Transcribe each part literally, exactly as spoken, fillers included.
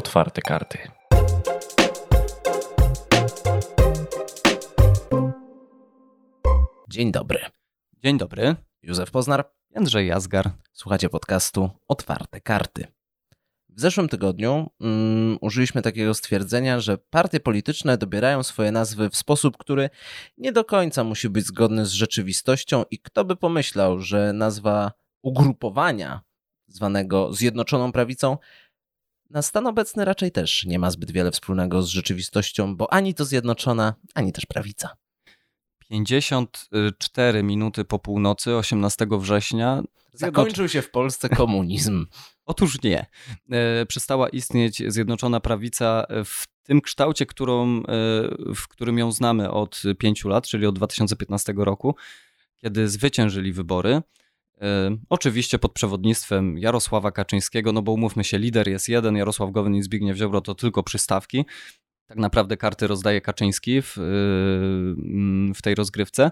Otwarte karty. Dzień dobry. Dzień dobry. Józef Poznar. Jędrzej Jazgar. Słuchacie podcastu Otwarte karty. W zeszłym tygodniu um, użyliśmy takiego stwierdzenia, że partie polityczne dobierają swoje nazwy w sposób, który nie do końca musi być zgodny z rzeczywistością i kto by pomyślał, że nazwa ugrupowania zwanego Zjednoczoną Prawicą na stan obecny raczej też nie ma zbyt wiele wspólnego z rzeczywistością, bo ani to Zjednoczona, ani też Prawica. pięćdziesiąt cztery minuty po północy, osiemnastego września. Zakończył się w Polsce komunizm. Otóż nie. E, przestała istnieć Zjednoczona Prawica w tym kształcie, którą, e, w którym ją znamy od pięciu lat, czyli od dwa tysiące piętnastego roku, kiedy zwyciężyli wybory. E, oczywiście pod przewodnictwem Jarosława Kaczyńskiego, no bo umówmy się, lider jest jeden, Jarosław Gowin i Zbigniew Ziobro to tylko przystawki. Tak naprawdę karty rozdaje Kaczyński w, w tej rozgrywce.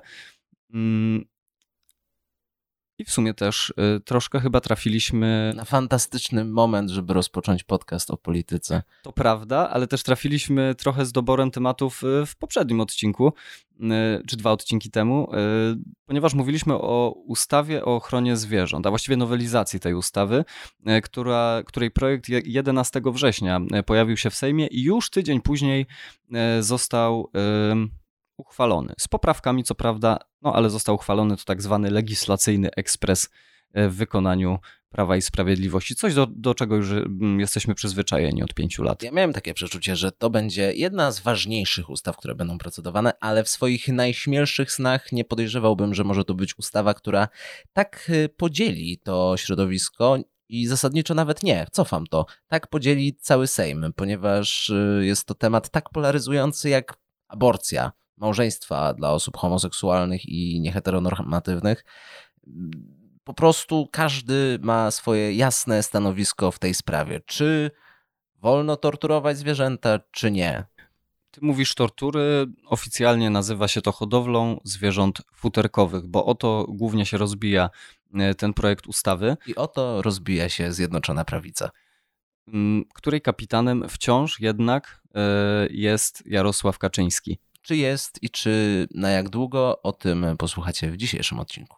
I w sumie też troszkę chyba trafiliśmy... Na fantastyczny moment, żeby rozpocząć podcast o polityce. To prawda, ale też trafiliśmy trochę z doborem tematów w poprzednim odcinku, czy dwa odcinki temu, ponieważ mówiliśmy o ustawie o ochronie zwierząt, a właściwie nowelizacji tej ustawy, która, której projekt jedenastego września pojawił się w Sejmie i już tydzień później został uchwalony. Z poprawkami, co prawda, no ale został uchwalony. To tak zwany legislacyjny ekspres w wykonaniu Prawa i Sprawiedliwości. Coś, do, do czego już jesteśmy przyzwyczajeni od pięciu lat. Ja miałem takie przeczucie, że to będzie jedna z ważniejszych ustaw, które będą procedowane, ale w swoich najśmielszych snach nie podejrzewałbym, że może to być ustawa, która tak podzieli to środowisko i zasadniczo nawet nie, cofam to, tak podzieli cały Sejm, ponieważ jest to temat tak polaryzujący jak aborcja, małżeństwa dla osób homoseksualnych i nieheteronormatywnych. Po prostu każdy ma swoje jasne stanowisko w tej sprawie. Czy wolno torturować zwierzęta, czy nie? Ty mówisz tortury, oficjalnie nazywa się to hodowlą zwierząt futerkowych, bo o to głównie się rozbija ten projekt ustawy. I o to rozbija się Zjednoczona Prawica. Której kapitanem wciąż jednak jest Jarosław Kaczyński. Czy jest i czy na jak długo, o tym posłuchacie w dzisiejszym odcinku.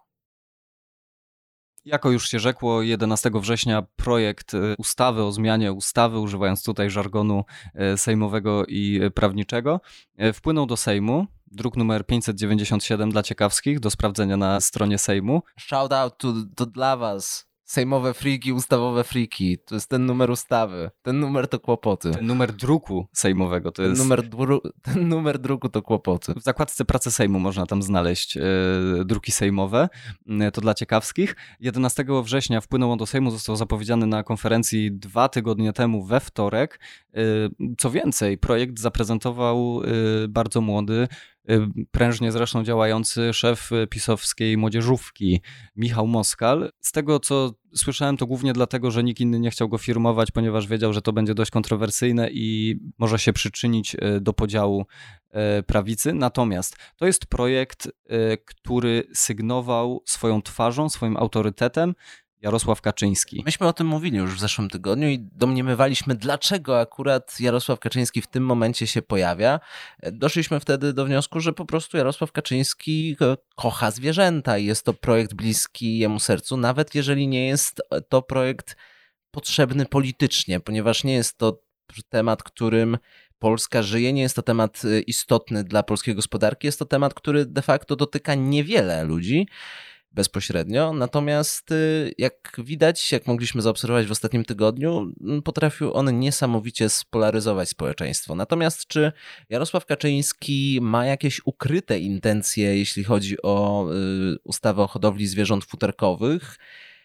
Jako już się rzekło, jedenastego września projekt ustawy o zmianie ustawy, używając tutaj żargonu sejmowego i prawniczego, wpłynął do Sejmu. Druk numer pięćset dziewięćdziesiąt siedem dla ciekawskich, do sprawdzenia na stronie Sejmu. Shout out to, to dla was. Sejmowe friki, ustawowe friki. To jest ten numer ustawy. Ten numer to kłopoty. Ten numer druku sejmowego to ten jest... Numer dru... Ten numer druku to kłopoty. W zakładce pracy Sejmu można tam znaleźć yy, druki sejmowe. Yy, to dla ciekawskich. jedenastego września wpłynął on do Sejmu, został zapowiedziany na konferencji dwa tygodnie temu we wtorek. Yy, co więcej, projekt zaprezentował yy, bardzo młody, prężnie zresztą działający szef pisowskiej młodzieżówki Michał Moskal. Z tego, co słyszałem, to głównie dlatego, że nikt inny nie chciał go firmować, ponieważ wiedział, że to będzie dość kontrowersyjne i może się przyczynić do podziału prawicy. Natomiast to jest projekt, który sygnował swoją twarzą, swoim autorytetem Jarosław Kaczyński. Myśmy o tym mówili już w zeszłym tygodniu i domniemywaliśmy, dlaczego akurat Jarosław Kaczyński w tym momencie się pojawia. Doszliśmy wtedy do wniosku, że po prostu Jarosław Kaczyński kocha zwierzęta i jest to projekt bliski jemu sercu, nawet jeżeli nie jest to projekt potrzebny politycznie, ponieważ nie jest to temat, którym Polska żyje, nie jest to temat istotny dla polskiej gospodarki, jest to temat, który de facto dotyka niewiele ludzi bezpośrednio, natomiast jak widać, jak mogliśmy zaobserwować w ostatnim tygodniu, potrafił on niesamowicie spolaryzować społeczeństwo. Natomiast czy Jarosław Kaczyński ma jakieś ukryte intencje, jeśli chodzi o ustawę o hodowli zwierząt futerkowych?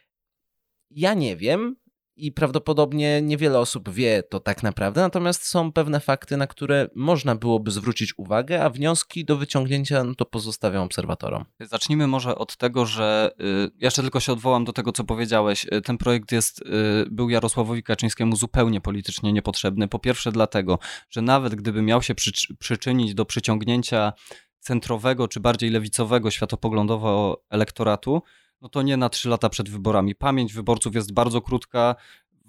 Ja nie wiem. I prawdopodobnie niewiele osób wie to tak naprawdę, natomiast są pewne fakty, na które można byłoby zwrócić uwagę, a wnioski do wyciągnięcia no to pozostawiam obserwatorom. Zacznijmy może od tego, że y, jeszcze tylko się odwołam do tego, co powiedziałeś. Ten projekt jest, y, był Jarosławowi Kaczyńskiemu zupełnie politycznie niepotrzebny. Po pierwsze dlatego, że nawet gdyby miał się przy, przyczynić do przyciągnięcia centrowego czy bardziej lewicowego światopoglądowo elektoratu, no to nie na trzy lata przed wyborami. Pamięć wyborców jest bardzo krótka.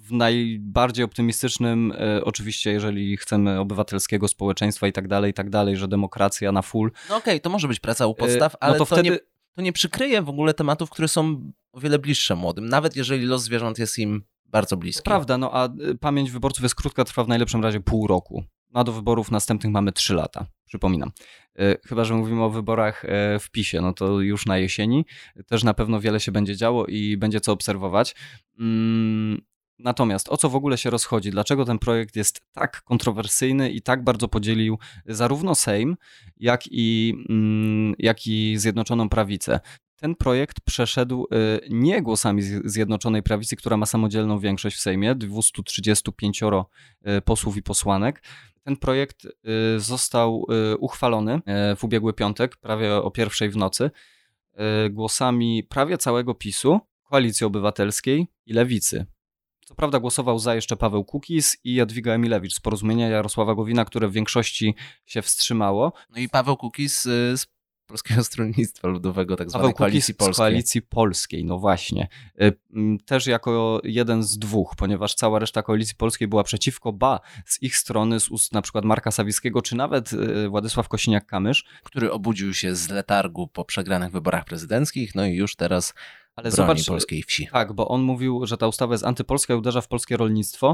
w najbardziej optymistycznym, e, oczywiście jeżeli chcemy obywatelskiego społeczeństwa i tak dalej, i tak dalej, że demokracja na full. No okej, okay, to może być praca u podstaw, ale no to, to, wtedy... nie, to nie przykryje w ogóle tematów, które są o wiele bliższe młodym, nawet jeżeli los zwierząt jest im bardzo bliski. Prawda, no a pamięć wyborców jest krótka, trwa w najlepszym razie pół roku. No a do wyborów następnych mamy trzy lata, przypominam. Chyba że mówimy o wyborach w PiSie, no to już na jesieni. Też na pewno wiele się będzie działo i będzie co obserwować. Natomiast o co w ogóle się rozchodzi? Dlaczego ten projekt jest tak kontrowersyjny i tak bardzo podzielił zarówno Sejm, jak i, jak i Zjednoczoną Prawicę? Ten projekt przeszedł nie głosami Zjednoczonej Prawicy, która ma samodzielną większość w Sejmie, dwieście trzydzieści pięć posłów i posłanek. Ten projekt został uchwalony w ubiegły piątek, prawie o pierwszej w nocy, głosami prawie całego PiSu, Koalicji Obywatelskiej i Lewicy. Co prawda głosował za jeszcze Paweł Kukiz i Jadwiga Emilewicz z Porozumienia Jarosława Gowina, które w większości się wstrzymało. No i Paweł Kukiz z Polskiego Stronnictwa Ludowego, tak zwanej Koalicji Polskiej. Z Koalicji Polskiej, no właśnie. Też jako jeden z dwóch, ponieważ cała reszta Koalicji Polskiej była przeciwko, ba, z ich strony, z ust na przykład Marka Sawickiego, czy nawet Władysław Kosiniak-Kamysz. Który obudził się z letargu po przegranych wyborach prezydenckich, no i już teraz ale broni zobacz, polskiej wsi. Tak, bo on mówił, że ta ustawa jest antypolska i uderza w polskie rolnictwo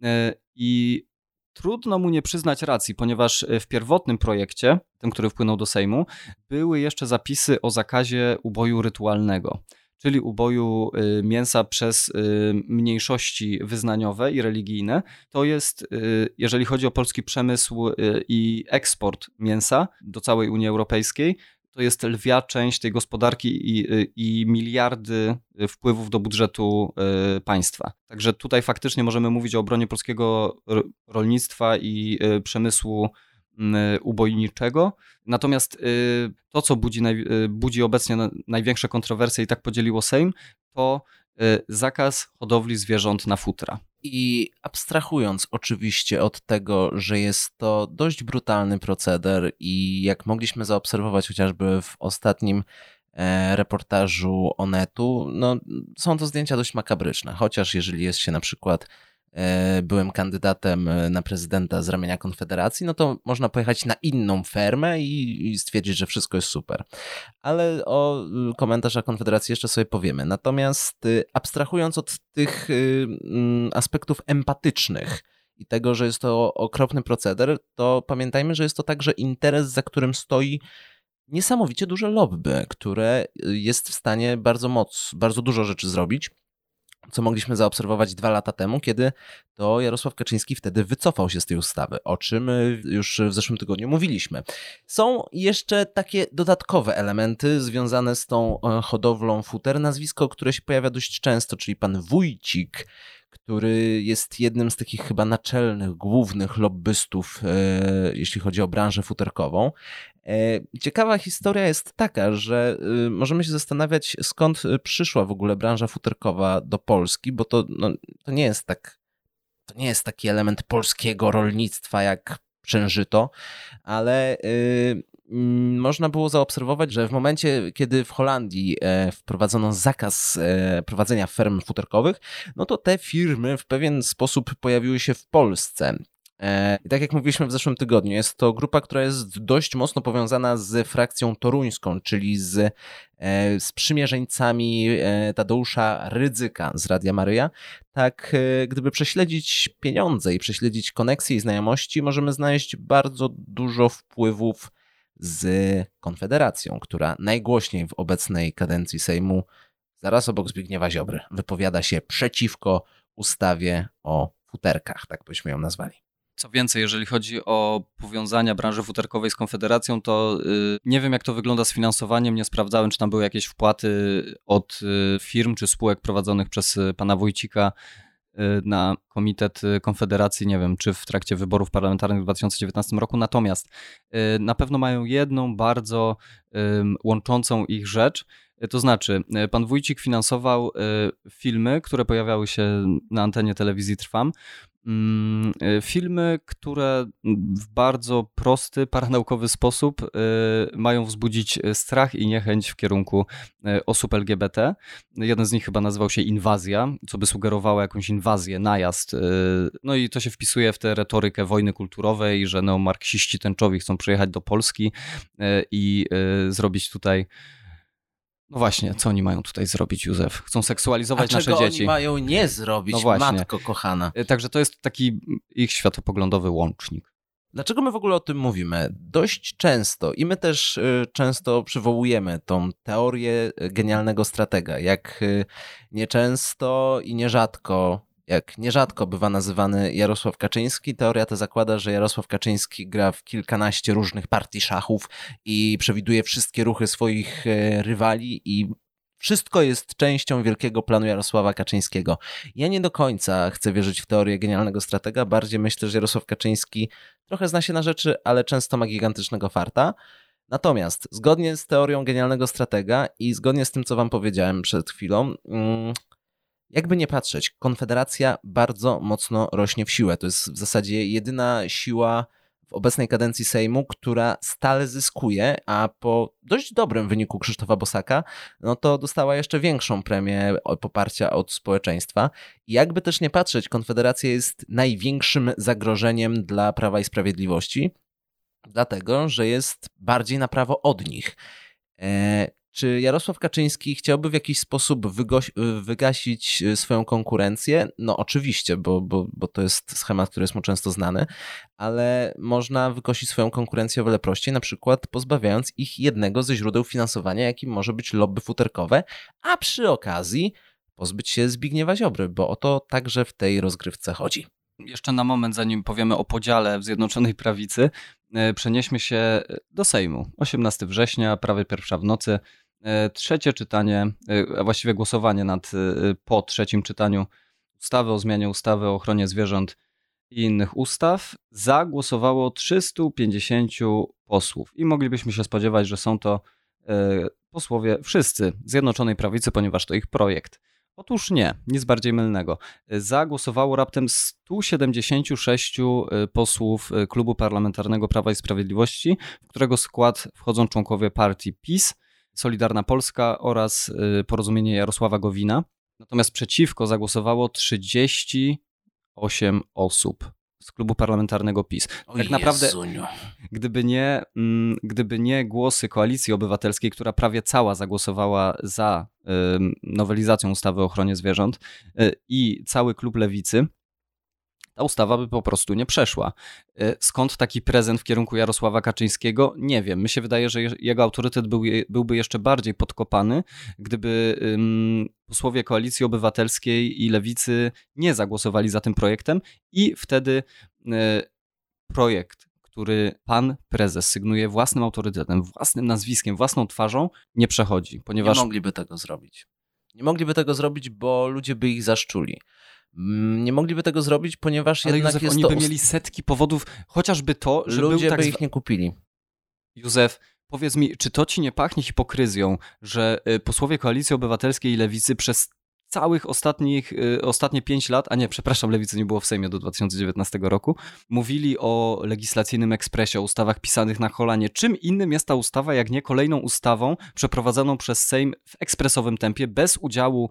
i trudno mu nie przyznać racji, ponieważ w pierwotnym projekcie, tym, który wpłynął do Sejmu, były jeszcze zapisy o zakazie uboju rytualnego, czyli uboju mięsa przez mniejszości wyznaniowe i religijne. To jest, jeżeli chodzi o polski przemysł i eksport mięsa do całej Unii Europejskiej, to jest lwia część tej gospodarki i, i miliardy wpływów do budżetu państwa. Także tutaj faktycznie możemy mówić o obronie polskiego rolnictwa i przemysłu ubojniczego. Natomiast to, co budzi, budzi obecnie największe kontrowersje i tak podzieliło Sejm, to zakaz hodowli zwierząt na futra. I abstrahując oczywiście od tego, że jest to dość brutalny proceder i jak mogliśmy zaobserwować chociażby w ostatnim e, reportażu Onetu, no, są to zdjęcia dość makabryczne, chociaż jeżeli jest się na przykład e, byłym kandydatem na prezydenta z ramienia Konfederacji, no to można pojechać na inną fermę i, i stwierdzić, że wszystko jest super. Ale o komentarzach Konfederacji jeszcze sobie powiemy. Natomiast y, abstrahując od tych y, y, aspektów empatycznych i tego, że jest to okropny proceder, to pamiętajmy, że jest to także interes, za którym stoi niesamowicie duże lobby, które jest w stanie bardzo moc, bardzo dużo rzeczy zrobić, co mogliśmy zaobserwować dwa lata temu, kiedy to Jarosław Kaczyński wtedy wycofał się z tej ustawy, o czym już w zeszłym tygodniu mówiliśmy. Są jeszcze takie dodatkowe elementy związane z tą hodowlą futer, nazwisko, które się pojawia dość często, czyli pan Wójcik, który jest jednym z takich chyba naczelnych, głównych lobbystów, e, jeśli chodzi o branżę futerkową. E, ciekawa historia jest taka, że e, możemy się zastanawiać, skąd przyszła w ogóle branża futerkowa do Polski, bo to, no, to nie jest tak, to nie jest taki element polskiego rolnictwa jak przężyto, ale y, można było zaobserwować, że w momencie, kiedy w Holandii e, wprowadzono zakaz e, prowadzenia ferm futerkowych, no to te firmy w pewien sposób pojawiły się w Polsce. E, I tak jak mówiliśmy w zeszłym tygodniu, jest to grupa, która jest dość mocno powiązana z frakcją toruńską, czyli z, e, z sprzymierzeńcami e, Tadeusza Rydzyka z Radia Maryja. Tak, e, gdyby prześledzić pieniądze i prześledzić koneksje i znajomości, możemy znaleźć bardzo dużo wpływów z Konfederacją, która najgłośniej w obecnej kadencji Sejmu, zaraz obok Zbigniewa Ziobry, wypowiada się przeciwko ustawie o futerkach, tak byśmy ją nazwali. Co więcej, jeżeli chodzi o powiązania branży futerkowej z Konfederacją, to yy, nie wiem, jak to wygląda z finansowaniem, nie sprawdzałem, czy tam były jakieś wpłaty od yy, firm czy spółek prowadzonych przez yy, pana Wójcika na Komitet Konfederacji, nie wiem, czy w trakcie wyborów parlamentarnych w dwa tysiące dziewiętnastym roku, natomiast na pewno mają jedną bardzo łączącą ich rzecz, to znaczy pan Wójcik finansował filmy, które pojawiały się na antenie telewizji Trwam, Filmy, które w bardzo prosty, paranaukowy sposób mają wzbudzić strach i niechęć w kierunku osób L G B T. Jeden z nich chyba nazywał się Inwazja, co by sugerowało jakąś inwazję, najazd. No i to się wpisuje w tę retorykę wojny kulturowej, że neomarksiści tęczowi chcą przyjechać do Polski i zrobić tutaj... No właśnie, co oni mają tutaj zrobić, Józef? Chcą seksualizować A nasze czego dzieci. oni mają nie zrobić, no właśnie. matko kochana? Także to jest taki ich światopoglądowy łącznik. Dlaczego my w ogóle o tym mówimy? Dość często i my też y, często przywołujemy tą teorię genialnego stratega, jak y, nieczęsto i nierzadko, jak nierzadko bywa nazywany Jarosław Kaczyński. Teoria ta zakłada, że Jarosław Kaczyński gra w kilkanaście różnych partii szachów i przewiduje wszystkie ruchy swoich y, rywali i wszystko jest częścią wielkiego planu Jarosława Kaczyńskiego. Ja nie do końca chcę wierzyć w teorię genialnego stratega, bardziej myślę, że Jarosław Kaczyński trochę zna się na rzeczy, ale często ma gigantycznego farta. Natomiast zgodnie z teorią genialnego stratega i zgodnie z tym, co wam powiedziałem przed chwilą, jakby nie patrzeć, Konfederacja bardzo mocno rośnie w siłę. To jest w zasadzie jedyna siła w obecnej kadencji Sejmu, która stale zyskuje, a po dość dobrym wyniku Krzysztofa Bosaka, no to dostała jeszcze większą premię poparcia od społeczeństwa. I jakby też nie patrzeć, Konfederacja jest największym zagrożeniem dla Prawa i Sprawiedliwości, dlatego, że jest bardziej na prawo od nich. E- Czy Jarosław Kaczyński chciałby w jakiś sposób wygoś- wygasić swoją konkurencję? No oczywiście, bo, bo, bo to jest schemat, który jest mu często znany, ale można wygasić swoją konkurencję o wiele prościej, na przykład pozbawiając ich jednego ze źródeł finansowania, jakim może być lobby futerkowe, a przy okazji pozbyć się Zbigniewa Ziobry, bo o to także w tej rozgrywce chodzi. Jeszcze na moment, zanim powiemy o podziale w Zjednoczonej Prawicy, przenieśmy się do Sejmu. osiemnastego września, prawie pierwsza w nocy. Trzecie czytanie, a właściwie głosowanie nad, po trzecim czytaniu ustawy o zmianie ustawy o ochronie zwierząt i innych ustaw zagłosowało trzysta pięćdziesiąt posłów i moglibyśmy się spodziewać, że są to posłowie wszyscy Zjednoczonej Prawicy, ponieważ to ich projekt. Otóż nie, nic bardziej mylnego. Zagłosowało raptem sto siedemdziesiąt sześć posłów Klubu Parlamentarnego Prawa i Sprawiedliwości, w którego skład wchodzą członkowie partii PiS, Solidarna Polska oraz Porozumienie Jarosława Gowina. Natomiast przeciwko zagłosowało trzydzieści osiem osób z Klubu Parlamentarnego PiS. O tak naprawdę, Jezuniu. gdyby nie, gdyby nie głosy Koalicji Obywatelskiej, która prawie cała zagłosowała za nowelizacją ustawy o ochronie zwierząt i cały klub Lewicy, ta ustawa by po prostu nie przeszła. Skąd taki prezent w kierunku Jarosława Kaczyńskiego? Nie wiem. Mi się wydaje, że jego autorytet był, byłby jeszcze bardziej podkopany, gdyby um, posłowie Koalicji Obywatelskiej i Lewicy nie zagłosowali za tym projektem i wtedy y, projekt, który pan prezes sygnuje własnym autorytetem, własnym nazwiskiem, własną twarzą, nie przechodzi, ponieważ... Nie mogliby tego zrobić. Nie mogliby tego zrobić, bo ludzie by ich zaszczuli. Nie mogliby tego zrobić, ponieważ Ale jednak Józef, jest oni to... by mieli setki powodów, chociażby to, że ludzie był tak by zwa... ich nie kupili. Józef, powiedz mi, czy to ci nie pachnie hipokryzją, że posłowie Koalicji Obywatelskiej i Lewicy przez całych ostatnich, ostatnie pięć lat, a nie, przepraszam, Lewicy nie było w Sejmie do dwa tysiące dziewiętnastego roku, mówili o legislacyjnym ekspresie, o ustawach pisanych na kolanie. Czym innym jest ta ustawa, jak nie kolejną ustawą przeprowadzoną przez Sejm w ekspresowym tempie, bez udziału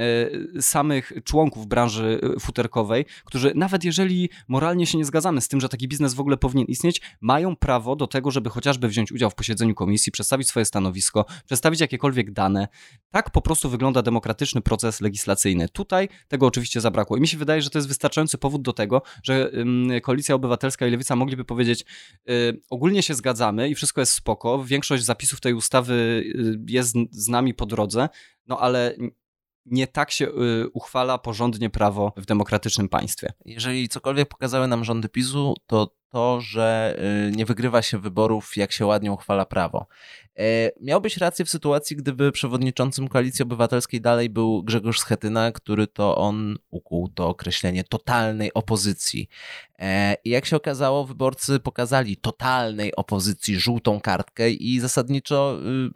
e, samych członków branży futerkowej, którzy nawet jeżeli moralnie się nie zgadzamy z tym, że taki biznes w ogóle powinien istnieć, mają prawo do tego, żeby chociażby wziąć udział w posiedzeniu komisji, przedstawić swoje stanowisko, przedstawić jakiekolwiek dane. Tak po prostu wygląda demokratyczny proces legislacyjny. Tutaj tego oczywiście zabrakło. I mi się wydaje, że to jest wystarczający powód do tego, że ym, Koalicja Obywatelska i Lewica mogliby powiedzieć, y, ogólnie się zgadzamy i wszystko jest spoko, większość zapisów tej ustawy y, jest z nami po drodze, no ale nie tak się y, uchwala porządnie prawo w demokratycznym państwie. Jeżeli cokolwiek pokazały nam rządy PiSu, to to, że y, nie wygrywa się wyborów, jak się ładnie uchwala prawo. E, miałbyś rację w sytuacji, gdyby przewodniczącym Koalicji Obywatelskiej dalej był Grzegorz Schetyna, który to on ukuł to określenie totalnej opozycji. E, I jak się okazało, wyborcy pokazali totalnej opozycji żółtą kartkę i zasadniczo y,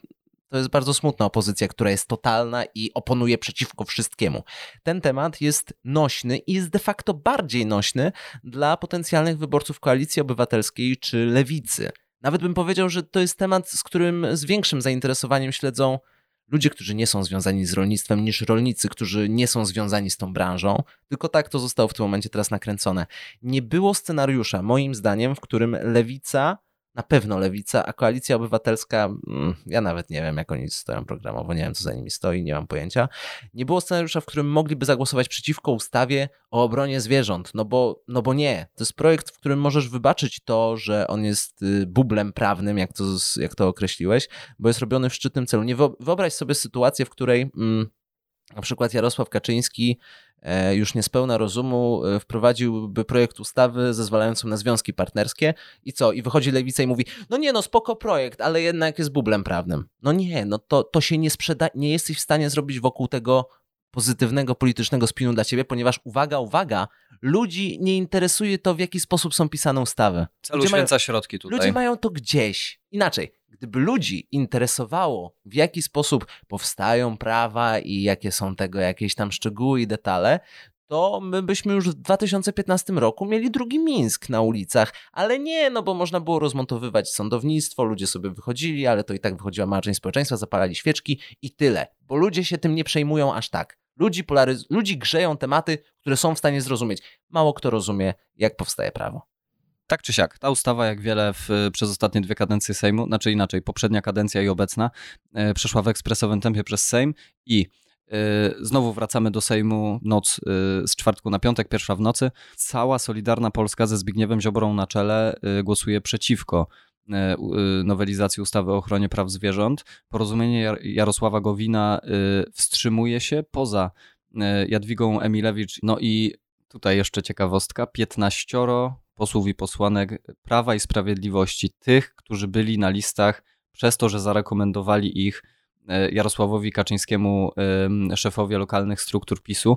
to jest bardzo smutna opozycja, która jest totalna i oponuje przeciwko wszystkiemu. Ten temat jest nośny i jest de facto bardziej nośny dla potencjalnych wyborców Koalicji Obywatelskiej czy Lewicy. Nawet bym powiedział, że to jest temat, z którym z większym zainteresowaniem śledzą ludzie, którzy nie są związani z rolnictwem, niż rolnicy, którzy nie są związani z tą branżą. Tylko tak to zostało w tym momencie teraz nakręcone. Nie było scenariusza, moim zdaniem, w którym Lewica, na pewno Lewica, a Koalicja Obywatelska, ja nawet nie wiem, jak oni stoją programowo, nie wiem, co za nimi stoi, nie mam pojęcia. Nie było scenariusza, w którym mogliby zagłosować przeciwko ustawie o obronie zwierząt, no bo, no bo nie. To jest projekt, w którym możesz wybaczyć to, że on jest bublem prawnym, jak to, jak to określiłeś, bo jest robiony w szczytnym celu. Nie wyobraź sobie sytuację, w której mm, na przykład Jarosław Kaczyński już niespełna rozumu wprowadziłby projekt ustawy zezwalającą na związki partnerskie i co? I wychodzi Lewica i mówi, no nie no, spoko projekt, ale jednak jest bublem prawnym. No nie, no to, to się nie sprzeda, nie jesteś w stanie zrobić wokół tego pozytywnego politycznego spinu dla ciebie, ponieważ uwaga, uwaga, ludzi nie interesuje to, w jaki sposób są pisane ustawy. Celu święca środki tutaj. Ludzie mają to gdzieś. Inaczej, gdyby ludzi interesowało, w jaki sposób powstają prawa i jakie są tego jakieś tam szczegóły i detale, to my byśmy już w dwa tysiące piętnastym roku mieli drugi Mińsk na ulicach, ale nie, no bo można było rozmontowywać sądownictwo, ludzie sobie wychodzili, ale to i tak wychodziła mała część społeczeństwa, zapalali świeczki i tyle, bo ludzie się tym nie przejmują aż tak. Ludzi, polaryz- ludzi grzeją tematy, które są w stanie zrozumieć. Mało kto rozumie, jak powstaje prawo. Tak czy siak, ta ustawa, jak wiele w, przez ostatnie dwie kadencje Sejmu, znaczy inaczej, poprzednia kadencja i obecna, e, przeszła w ekspresowym tempie przez Sejm i e, znowu wracamy do Sejmu noc e, z czwartku na piątek, pierwsza w nocy. Cała Solidarna Polska ze Zbigniewem Ziobrą na czele e, głosuje przeciwko e, e, nowelizacji ustawy o ochronie praw zwierząt. Porozumienie Jar- Jarosława Gowina e, wstrzymuje się poza e, Jadwigą Emilewicz. No i tutaj jeszcze ciekawostka, piętnaścioro posłów i posłanek Prawa i Sprawiedliwości, tych, którzy byli na listach przez to, że zarekomendowali ich Jarosławowi Kaczyńskiemu, szefowie lokalnych struktur PiSu,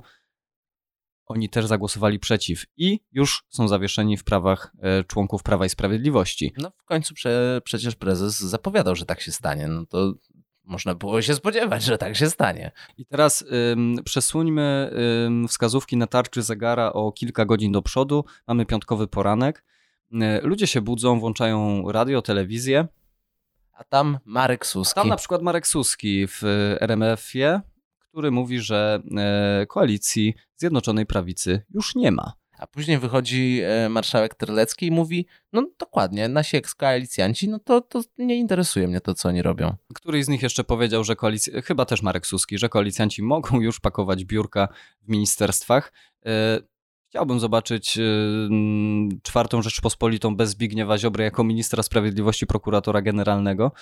oni też zagłosowali przeciw i już są zawieszeni w prawach członków Prawa i Sprawiedliwości. No w końcu prze, przecież prezes zapowiadał, że tak się stanie, no to można było się spodziewać, że tak się stanie. I teraz ym, przesuńmy ym, wskazówki na tarczy zegara o kilka godzin do przodu. Mamy piątkowy poranek. Y, ludzie się budzą, włączają radio, telewizję. A tam Marek Suski. Tam na przykład Marek Suski w R M F-ie, który mówi, że y, koalicji Zjednoczonej Prawicy już nie ma. A później wychodzi marszałek Terlecki i mówi, no dokładnie, nasi ekskoalicjanci, no to, to nie interesuje mnie to, co oni robią. Któryś z nich jeszcze powiedział, że koalicja, chyba też Marek Suski, że koalicjanci mogą już pakować biurka w ministerstwach. Chciałbym zobaczyć czwartą Rzeczpospolitą bez Zbigniewa Ziobry jako ministra sprawiedliwości, prokuratora generalnego.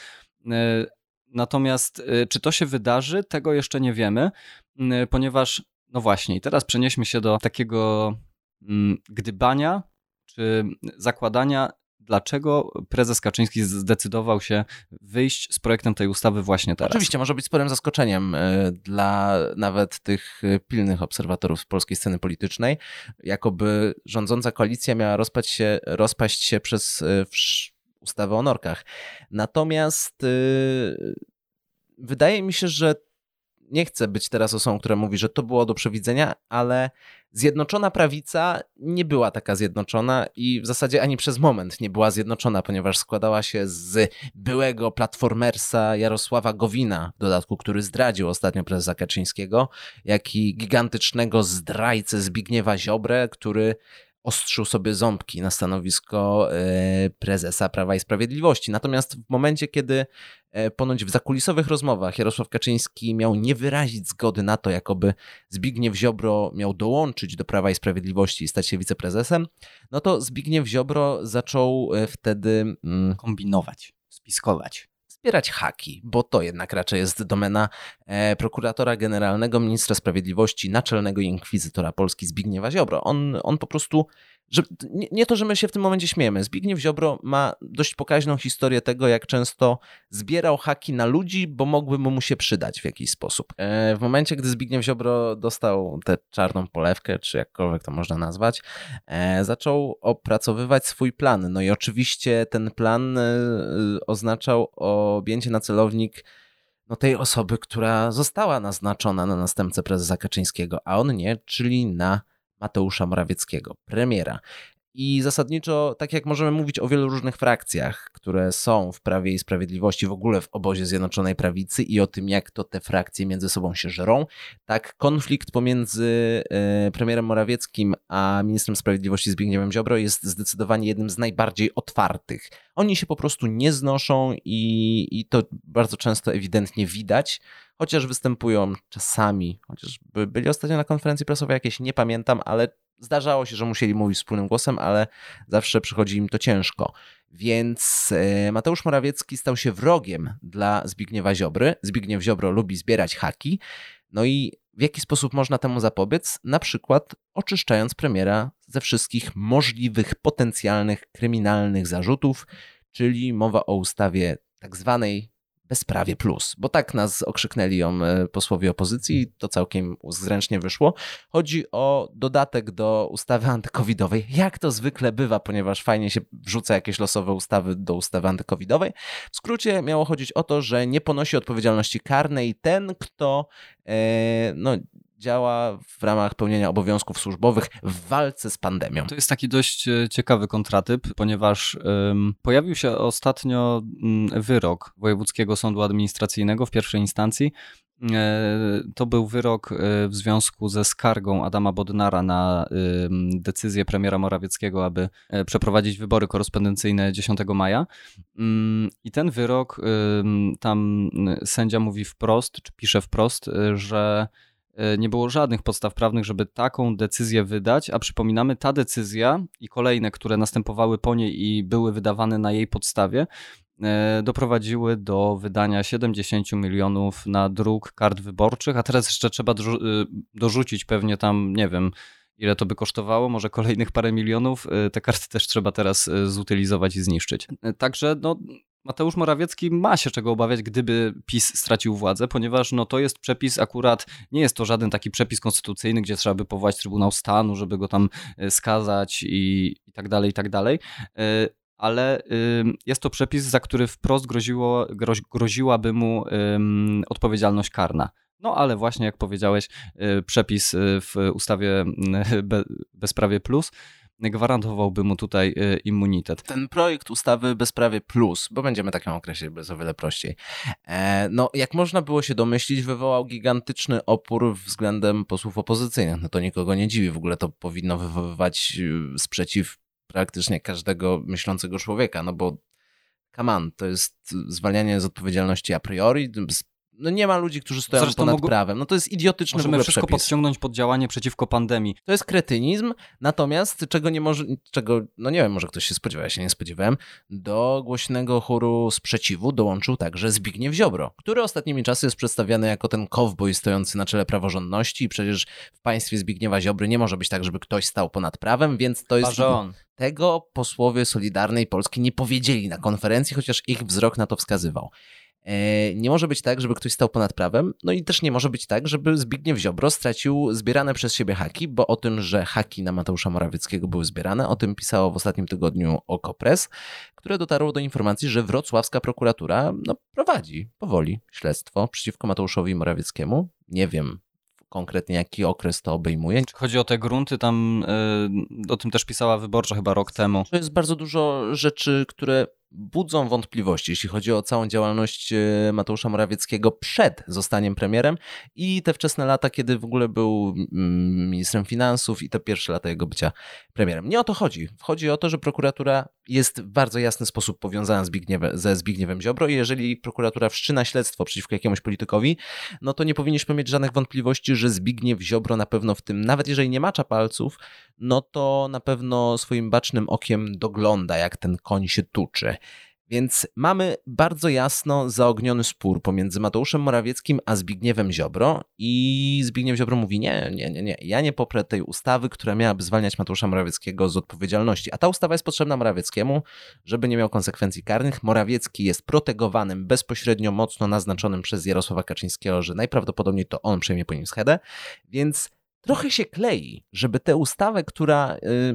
Natomiast czy to się wydarzy, tego jeszcze nie wiemy, ponieważ, no właśnie, i teraz przenieśmy się do takiego gdybania czy zakładania, dlaczego prezes Kaczyński zdecydował się wyjść z projektem tej ustawy właśnie teraz. Oczywiście, może być sporym zaskoczeniem dla nawet tych pilnych obserwatorów z polskiej sceny politycznej, jakoby rządząca koalicja miała rozpaść się, rozpaść się przez ustawę o norkach. Natomiast yy, wydaje mi się, że nie chcę być teraz osobą, która mówi, że to było do przewidzenia, ale Zjednoczona Prawica nie była taka zjednoczona i w zasadzie ani przez moment nie była zjednoczona, ponieważ składała się z byłego platformersa Jarosława Gowina, w dodatku, który zdradził ostatnio prezesa Kaczyńskiego, jak i gigantycznego zdrajcę Zbigniewa Ziobrę, który ostrzył sobie ząbki na stanowisko prezesa Prawa i Sprawiedliwości. Natomiast w momencie, kiedy ponoć w zakulisowych rozmowach Jarosław Kaczyński miał nie wyrazić zgody na to, jakoby Zbigniew Ziobro miał dołączyć do Prawa i Sprawiedliwości i stać się wiceprezesem, no to Zbigniew Ziobro zaczął wtedy mm, kombinować, spiskować. Zbierać haki, bo to jednak raczej jest domena e, prokuratora generalnego, ministra sprawiedliwości, naczelnego inkwizytora Polski Zbigniewa Ziobro. On, on po prostu, że, nie, nie to, że my się w tym momencie śmiejemy. Zbigniew Ziobro ma dość pokaźną historię tego, jak często zbierał haki na ludzi, bo mogłyby mu się przydać w jakiś sposób. E, w momencie, gdy Zbigniew Ziobro dostał tę czarną polewkę, czy jakkolwiek to można nazwać, e, zaczął opracowywać swój plan. No i oczywiście ten plan e, oznaczał objęcie na celownik No tej osoby, która została naznaczona na następcę prezesa Kaczyńskiego, a on nie, czyli na Mateusza Morawieckiego, premiera. I zasadniczo, tak jak możemy mówić o wielu różnych frakcjach, które są w Prawie i Sprawiedliwości, w ogóle w obozie Zjednoczonej Prawicy i o tym, jak to te frakcje między sobą się żerą, tak konflikt pomiędzy e, premierem Morawieckim a ministrem sprawiedliwości Zbigniewem Ziobro jest zdecydowanie jednym z najbardziej otwartych. Oni się po prostu nie znoszą i, i to bardzo często ewidentnie widać, chociaż występują czasami, chociaż by, byli ostatnio na konferencji prasowej jakieś, nie pamiętam, ale zdarzało się, że musieli mówić wspólnym głosem, ale zawsze przychodzi im to ciężko. Więc Mateusz Morawiecki stał się wrogiem dla Zbigniewa Ziobry. Zbigniew Ziobro lubi zbierać haki. No i w jaki sposób można temu zapobiec? Na przykład oczyszczając premiera ze wszystkich możliwych, potencjalnych, kryminalnych zarzutów, czyli mowa o ustawie tak zwanej Bezprawie Plus, bo tak nas okrzyknęli ją posłowie opozycji i to całkiem zręcznie wyszło. Chodzi o dodatek do ustawy antykowidowej, jak to zwykle bywa, ponieważ fajnie się wrzuca jakieś losowe ustawy do ustawy antykowidowej. W skrócie miało chodzić o to, że nie ponosi odpowiedzialności karnej ten, kto e, no, działa w ramach pełnienia obowiązków służbowych w walce z pandemią. To jest taki dość ciekawy kontratyp, ponieważ um, pojawił się ostatnio um, wyrok Wojewódzkiego Sądu Administracyjnego w pierwszej instancji. E, to był wyrok e, w związku ze skargą Adama Bodnara na e, decyzję premiera Morawieckiego, aby e, przeprowadzić wybory korespondencyjne dziesiątego maja. Um, I ten wyrok, um, tam sędzia mówi wprost, czy pisze wprost, e, że nie było żadnych podstaw prawnych, żeby taką decyzję wydać, a przypominamy, ta decyzja i kolejne, które następowały po niej i były wydawane na jej podstawie, doprowadziły do wydania siedemdziesiąt milionów na druk kart wyborczych, a teraz jeszcze trzeba dorzucić pewnie tam, nie wiem, ile to by kosztowało, może kolejnych parę milionów. Te karty też trzeba teraz zutylizować i zniszczyć. Także no, Mateusz Morawiecki ma się czego obawiać, gdyby PiS stracił władzę, ponieważ no, to jest przepis akurat, nie jest to żaden taki przepis konstytucyjny, gdzie trzeba by powołać Trybunał Stanu, żeby go tam skazać i, i tak dalej, i tak dalej. Ale jest to przepis, za który wprost groziło, grozi, groziłaby mu um, odpowiedzialność karna. No ale właśnie, jak powiedziałeś, przepis w ustawie Bezprawie Plus gwarantowałby mu tutaj immunitet. Ten projekt ustawy Bezprawie Plus, bo będziemy tak ją określić, bez o wiele prościej, no jak można było się domyślić, wywołał gigantyczny opór względem posłów opozycyjnych. No to nikogo nie dziwi, w ogóle to powinno wywoływać sprzeciw praktycznie każdego myślącego człowieka, no bo come on, to jest zwalnianie z odpowiedzialności a priori. No nie ma ludzi, którzy stoją Zresztą ponad mogą... prawem. No to jest idiotyczny Możemy w ogóle wszystko przepis. podciągnąć pod działanie przeciwko pandemii. To jest kretynizm, natomiast czego nie może, czego, no nie wiem, może ktoś się spodziewa, ja się nie spodziewałem, do głośnego chóru sprzeciwu dołączył także Zbigniew Ziobro, który ostatnimi czasy jest przedstawiany jako ten kowboj stojący na czele praworządności i przecież w państwie Zbigniewa Ziobry nie może być tak, żeby ktoś stał ponad prawem, więc to jest... on. Tego posłowie Solidarnej Polski nie powiedzieli na konferencji, chociaż ich wzrok na to wskazywał. Nie może być tak, żeby ktoś stał ponad prawem, no i też nie może być tak, żeby Zbigniew Ziobro stracił zbierane przez siebie haki, bo o tym, że haki na Mateusza Morawieckiego były zbierane, o tym pisało w ostatnim tygodniu Okopres, które dotarło do informacji, że wrocławska prokuratura no, prowadzi powoli śledztwo przeciwko Mateuszowi Morawieckiemu. Nie wiem konkretnie, jaki okres to obejmuje. Chodzi o te grunty, tam yy, o tym też pisała Wyborcza chyba rok temu. To jest bardzo dużo rzeczy, które budzą wątpliwości, jeśli chodzi o całą działalność Mateusza Morawieckiego przed zostaniem premierem i te wczesne lata, kiedy w ogóle był ministrem finansów i te pierwsze lata jego bycia premierem. Nie o to chodzi. Chodzi o to, że prokuratura jest w bardzo jasny sposób powiązana Zbigniewe, ze Zbigniewem Ziobro i jeżeli prokuratura wszczyna śledztwo przeciwko jakiemuś politykowi, no to nie powinniśmy mieć żadnych wątpliwości, że Zbigniew Ziobro na pewno w tym, nawet jeżeli nie macza palców, no to na pewno swoim bacznym okiem dogląda, jak ten koń się tuczy. Więc mamy bardzo jasno zaogniony spór pomiędzy Mateuszem Morawieckim a Zbigniewem Ziobro i Zbigniew Ziobro mówi nie, nie, nie, nie, ja nie poprę tej ustawy, która miałaby zwalniać Mateusza Morawieckiego z odpowiedzialności, a ta ustawa jest potrzebna Morawieckiemu, żeby nie miał konsekwencji karnych. Morawiecki jest protegowanym, bezpośrednio mocno naznaczonym przez Jarosława Kaczyńskiego, że najprawdopodobniej to on przejmie po nim schedę, więc trochę się klei, żeby tę ustawę, która... Yy,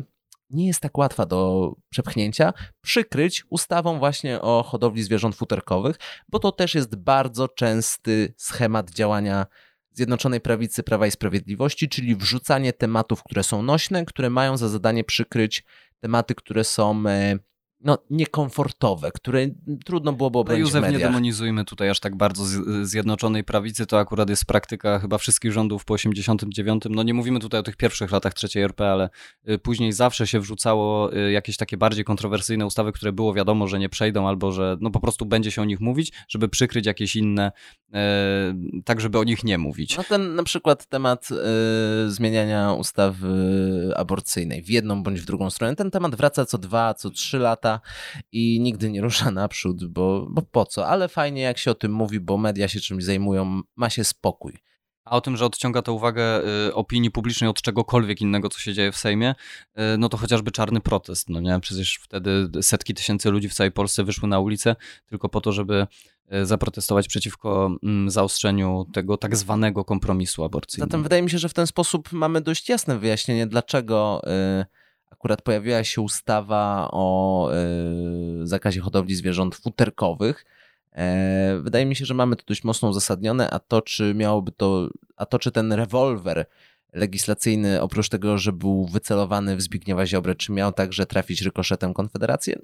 nie jest tak łatwa do przepchnięcia, przykryć ustawą właśnie o hodowli zwierząt futerkowych, bo to też jest bardzo częsty schemat działania Zjednoczonej Prawicy, Prawa i Sprawiedliwości, czyli wrzucanie tematów, które są nośne, które mają za zadanie przykryć tematy, które są no, niekomfortowe, które trudno byłoby obronić no, Józef, w mediach. nie demonizujmy tutaj aż tak bardzo Zjednoczonej Prawicy, to akurat jest praktyka chyba wszystkich rządów po osiemdziesiątym dziewiątym. No nie mówimy tutaj o tych pierwszych latach trzeciej R P, ale później zawsze się wrzucało jakieś takie bardziej kontrowersyjne ustawy, które było wiadomo, że nie przejdą albo że no po prostu będzie się o nich mówić, żeby przykryć jakieś inne, e, tak żeby o nich nie mówić. No ten na przykład temat y, zmieniania ustawy aborcyjnej w jedną bądź w drugą stronę, ten temat wraca co dwa, co trzy lata i nigdy nie rusza naprzód, bo, bo po co? Ale fajnie jak się o tym mówi, bo media się czymś zajmują, ma się spokój. A o tym, że odciąga to uwagę y, opinii publicznej od czegokolwiek innego, co się dzieje w Sejmie, y, no to chociażby czarny protest, no nie? Przecież wtedy setki tysięcy ludzi w całej Polsce wyszły na ulicę tylko po to, żeby y, zaprotestować przeciwko y, zaostrzeniu tego tak zwanego kompromisu aborcyjnego. Zatem wydaje mi się, że w ten sposób mamy dość jasne wyjaśnienie, dlaczego y, akurat pojawiła się ustawa o y, zakazie hodowli zwierząt futerkowych. Wydaje mi się, że mamy to dość mocno uzasadnione, a to, czy miałoby to, a to, czy ten rewolwer legislacyjny, oprócz tego, że był wycelowany w Zbigniewa Ziobrę, czy miał także trafić rykoszetem Konfederację,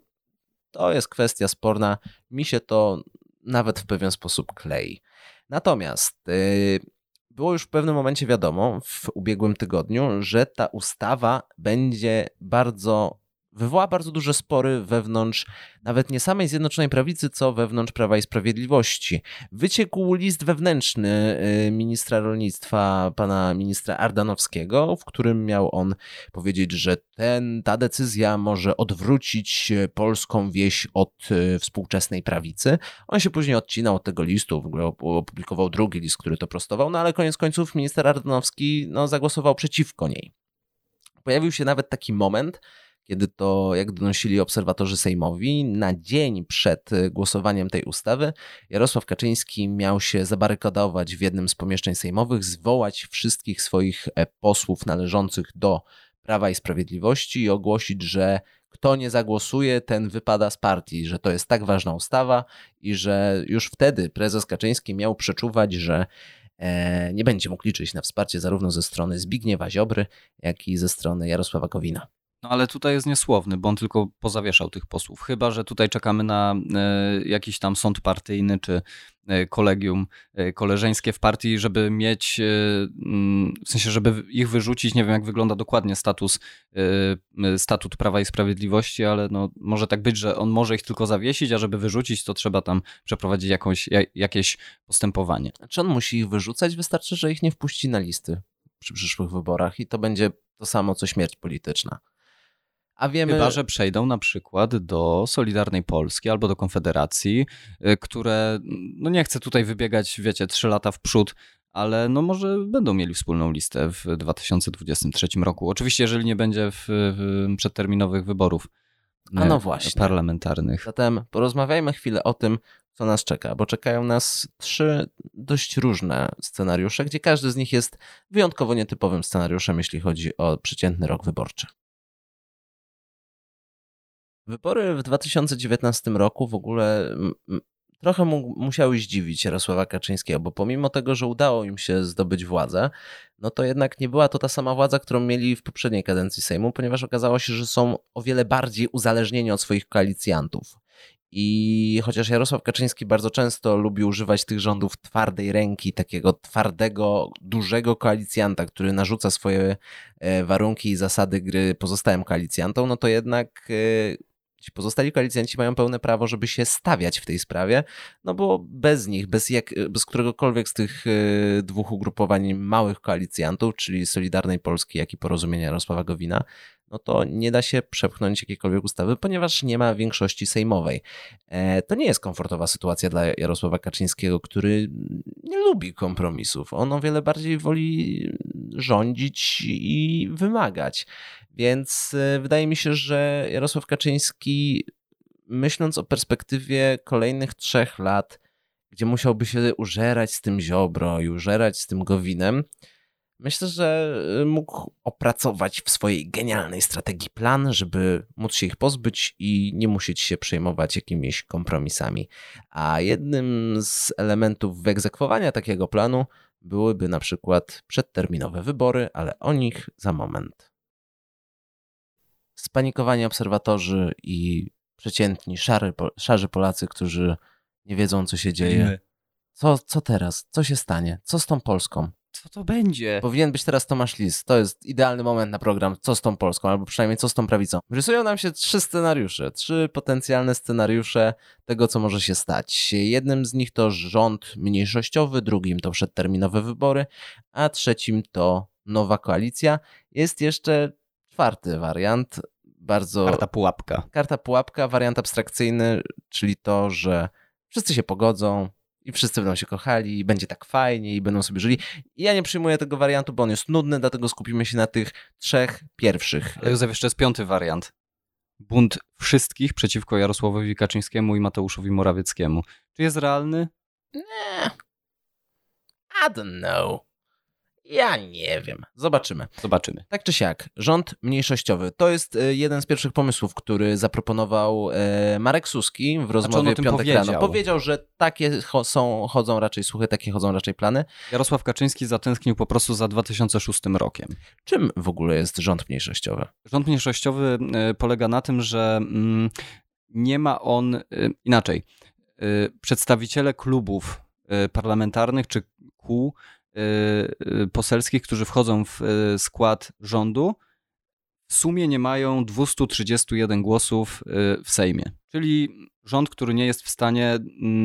to jest kwestia sporna. Mi się to nawet w pewien sposób klei. Natomiast yy, było już w pewnym momencie wiadomo, w ubiegłym tygodniu, że ta ustawa będzie bardzo wywoła bardzo duże spory wewnątrz nawet nie samej Zjednoczonej Prawicy, co wewnątrz Prawa i Sprawiedliwości. Wyciekł list wewnętrzny ministra rolnictwa, pana ministra Ardanowskiego, w którym miał on powiedzieć, że ten, ta decyzja może odwrócić polską wieś od współczesnej prawicy. On się później odcinał od tego listu, w ogóle opublikował drugi list, który to prostował, no ale koniec końców minister Ardanowski no, zagłosował przeciwko niej. Pojawił się nawet taki moment, kiedy to, jak donosili obserwatorzy sejmowi, na dzień przed głosowaniem tej ustawy Jarosław Kaczyński miał się zabarykadować w jednym z pomieszczeń sejmowych, zwołać wszystkich swoich posłów należących do Prawa i Sprawiedliwości i ogłosić, że kto nie zagłosuje, ten wypada z partii, że to jest tak ważna ustawa i że już wtedy prezes Kaczyński miał przeczuwać, że nie będzie mógł liczyć na wsparcie zarówno ze strony Zbigniewa Ziobry, jak i ze strony Jarosława Gowina. No ale tutaj jest niesłowny, bo on tylko pozawieszał tych posłów. Chyba że tutaj czekamy na e, jakiś tam sąd partyjny czy e, kolegium e, koleżeńskie w partii, żeby mieć, e, w sensie, żeby ich wyrzucić. Nie wiem, jak wygląda dokładnie status, e, statut Prawa i Sprawiedliwości, ale no, może tak być, że on może ich tylko zawiesić, a żeby wyrzucić, to trzeba tam przeprowadzić jakąś, jakieś postępowanie. Czy on musi ich wyrzucać? Wystarczy, że ich nie wpuści na listy przy przyszłych wyborach i to będzie to samo, co śmierć polityczna. A wiemy... Chyba że przejdą na przykład do Solidarnej Polski albo do Konfederacji, które, no nie chcę tutaj wybiegać, wiecie, trzy lata w przód, ale no może będą mieli wspólną listę w dwa tysiące dwudziestym trzecim roku. Oczywiście, jeżeli nie będzie w, w przedterminowych wyborów A no właśnie. parlamentarnych. Zatem porozmawiajmy chwilę o tym, co nas czeka, bo czekają nas trzy dość różne scenariusze, gdzie każdy z nich jest wyjątkowo nietypowym scenariuszem, jeśli chodzi o przeciętny rok wyborczy. Wybory w dwa tysiące dziewiętnastym roku w ogóle trochę mu, musiały zdziwić Jarosława Kaczyńskiego, bo pomimo tego, że udało im się zdobyć władzę, no to jednak nie była to ta sama władza, którą mieli w poprzedniej kadencji Sejmu, ponieważ okazało się, że są o wiele bardziej uzależnieni od swoich koalicjantów. I chociaż Jarosław Kaczyński bardzo często lubi używać tych rządów twardej ręki, takiego twardego, dużego koalicjanta, który narzuca swoje warunki i zasady gry pozostałym koalicjantom, no to jednak ci pozostali koalicjanci mają pełne prawo, żeby się stawiać w tej sprawie, no bo bez nich, bez, jak, bez któregokolwiek z tych dwóch ugrupowań małych koalicjantów, czyli Solidarnej Polski, jak i Porozumienia Jarosława Gowina, no to nie da się przepchnąć jakiejkolwiek ustawy, ponieważ nie ma większości sejmowej. To nie jest komfortowa sytuacja dla Jarosława Kaczyńskiego, który nie lubi kompromisów. On o wiele bardziej woli rządzić i wymagać. Więc wydaje mi się, że Jarosław Kaczyński, myśląc o perspektywie kolejnych trzech lat, gdzie musiałby się użerać z tym Ziobro i użerać z tym Gowinem, Myślę, że mógł opracować w swojej genialnej strategii plan, żeby móc się ich pozbyć i nie musieć się przejmować jakimiś kompromisami. A jednym z elementów wyegzekwowania takiego planu byłyby na przykład przedterminowe wybory, ale o nich za moment. Spanikowani obserwatorzy i przeciętni szary, szarzy Polacy, którzy nie wiedzą, co się dzieje. Co, co teraz? Co się stanie? Co z tą Polską? Co to będzie? Powinien być teraz Tomasz Lis. To jest idealny moment na program Co z tą Polską, albo przynajmniej Co z tą prawicą. Rysują nam się trzy scenariusze, trzy potencjalne scenariusze tego, co może się stać. Jednym z nich to rząd mniejszościowy, drugim to przedterminowe wybory, a trzecim to nowa koalicja. Jest jeszcze czwarty wariant, bardzo... Karta pułapka. Karta pułapka, wariant abstrakcyjny, czyli to, że wszyscy się pogodzą, i wszyscy będą się kochali, i będzie tak fajnie, i będą sobie żyli. I ja nie przyjmuję tego wariantu, bo on jest nudny, dlatego skupimy się na tych trzech pierwszych. Ale Józef, jeszcze jest piąty wariant. Bunt wszystkich przeciwko Jarosławowi Kaczyńskiemu i Mateuszowi Morawieckiemu. Czy jest realny? Nie. I don't know. Ja nie wiem. Zobaczymy. Zobaczymy. Tak czy siak, rząd mniejszościowy. To jest jeden z pierwszych pomysłów, który zaproponował Marek Suski w rozmowie znaczy Piątek powiedział. Rano. Powiedział, że takie są, chodzą raczej słuchy, takie chodzą raczej plany. Jarosław Kaczyński zatęsknił po prostu za dwa tysiące szóstym rokiem. Czym w ogóle jest rząd mniejszościowy? Rząd mniejszościowy polega na tym, że nie ma on, inaczej, przedstawiciele klubów parlamentarnych czy kół poselskich, którzy wchodzą w skład rządu, w sumie nie mają dwieście trzydzieści jeden głosów w Sejmie. Czyli rząd, który nie jest w stanie,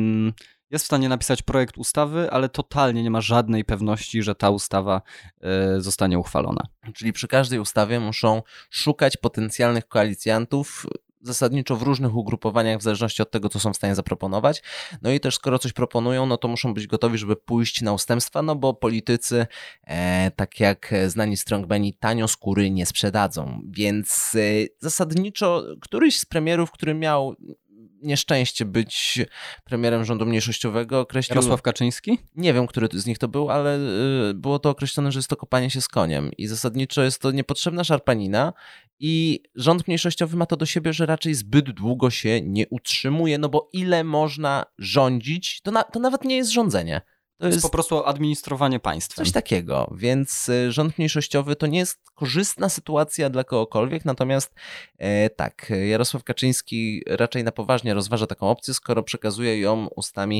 jest w stanie napisać projekt ustawy, ale totalnie nie ma żadnej pewności, że ta ustawa zostanie uchwalona. Czyli przy każdej ustawie muszą szukać potencjalnych koalicjantów, zasadniczo w różnych ugrupowaniach w zależności od tego, co są w stanie zaproponować. No i też skoro coś proponują, no to muszą być gotowi, żeby pójść na ustępstwa, no bo politycy, e, tak jak znani strongmeni, tanio skóry nie sprzedadzą. Więc e, zasadniczo któryś z premierów, który miał nieszczęście być premierem rządu mniejszościowego, określił... Jarosław Kaczyński? Nie wiem, który z nich to był, ale było to określone, że jest to kopanie się z koniem i zasadniczo jest to niepotrzebna szarpanina i rząd mniejszościowy ma to do siebie, że raczej zbyt długo się nie utrzymuje, no bo ile można rządzić, to, na, to nawet nie jest rządzenie. To jest, jest po prostu administrowanie państwem. Coś takiego, więc rząd mniejszościowy to nie jest korzystna sytuacja dla kogokolwiek, natomiast e, tak, Jarosław Kaczyński raczej na poważnie rozważa taką opcję, skoro przekazuje ją ustami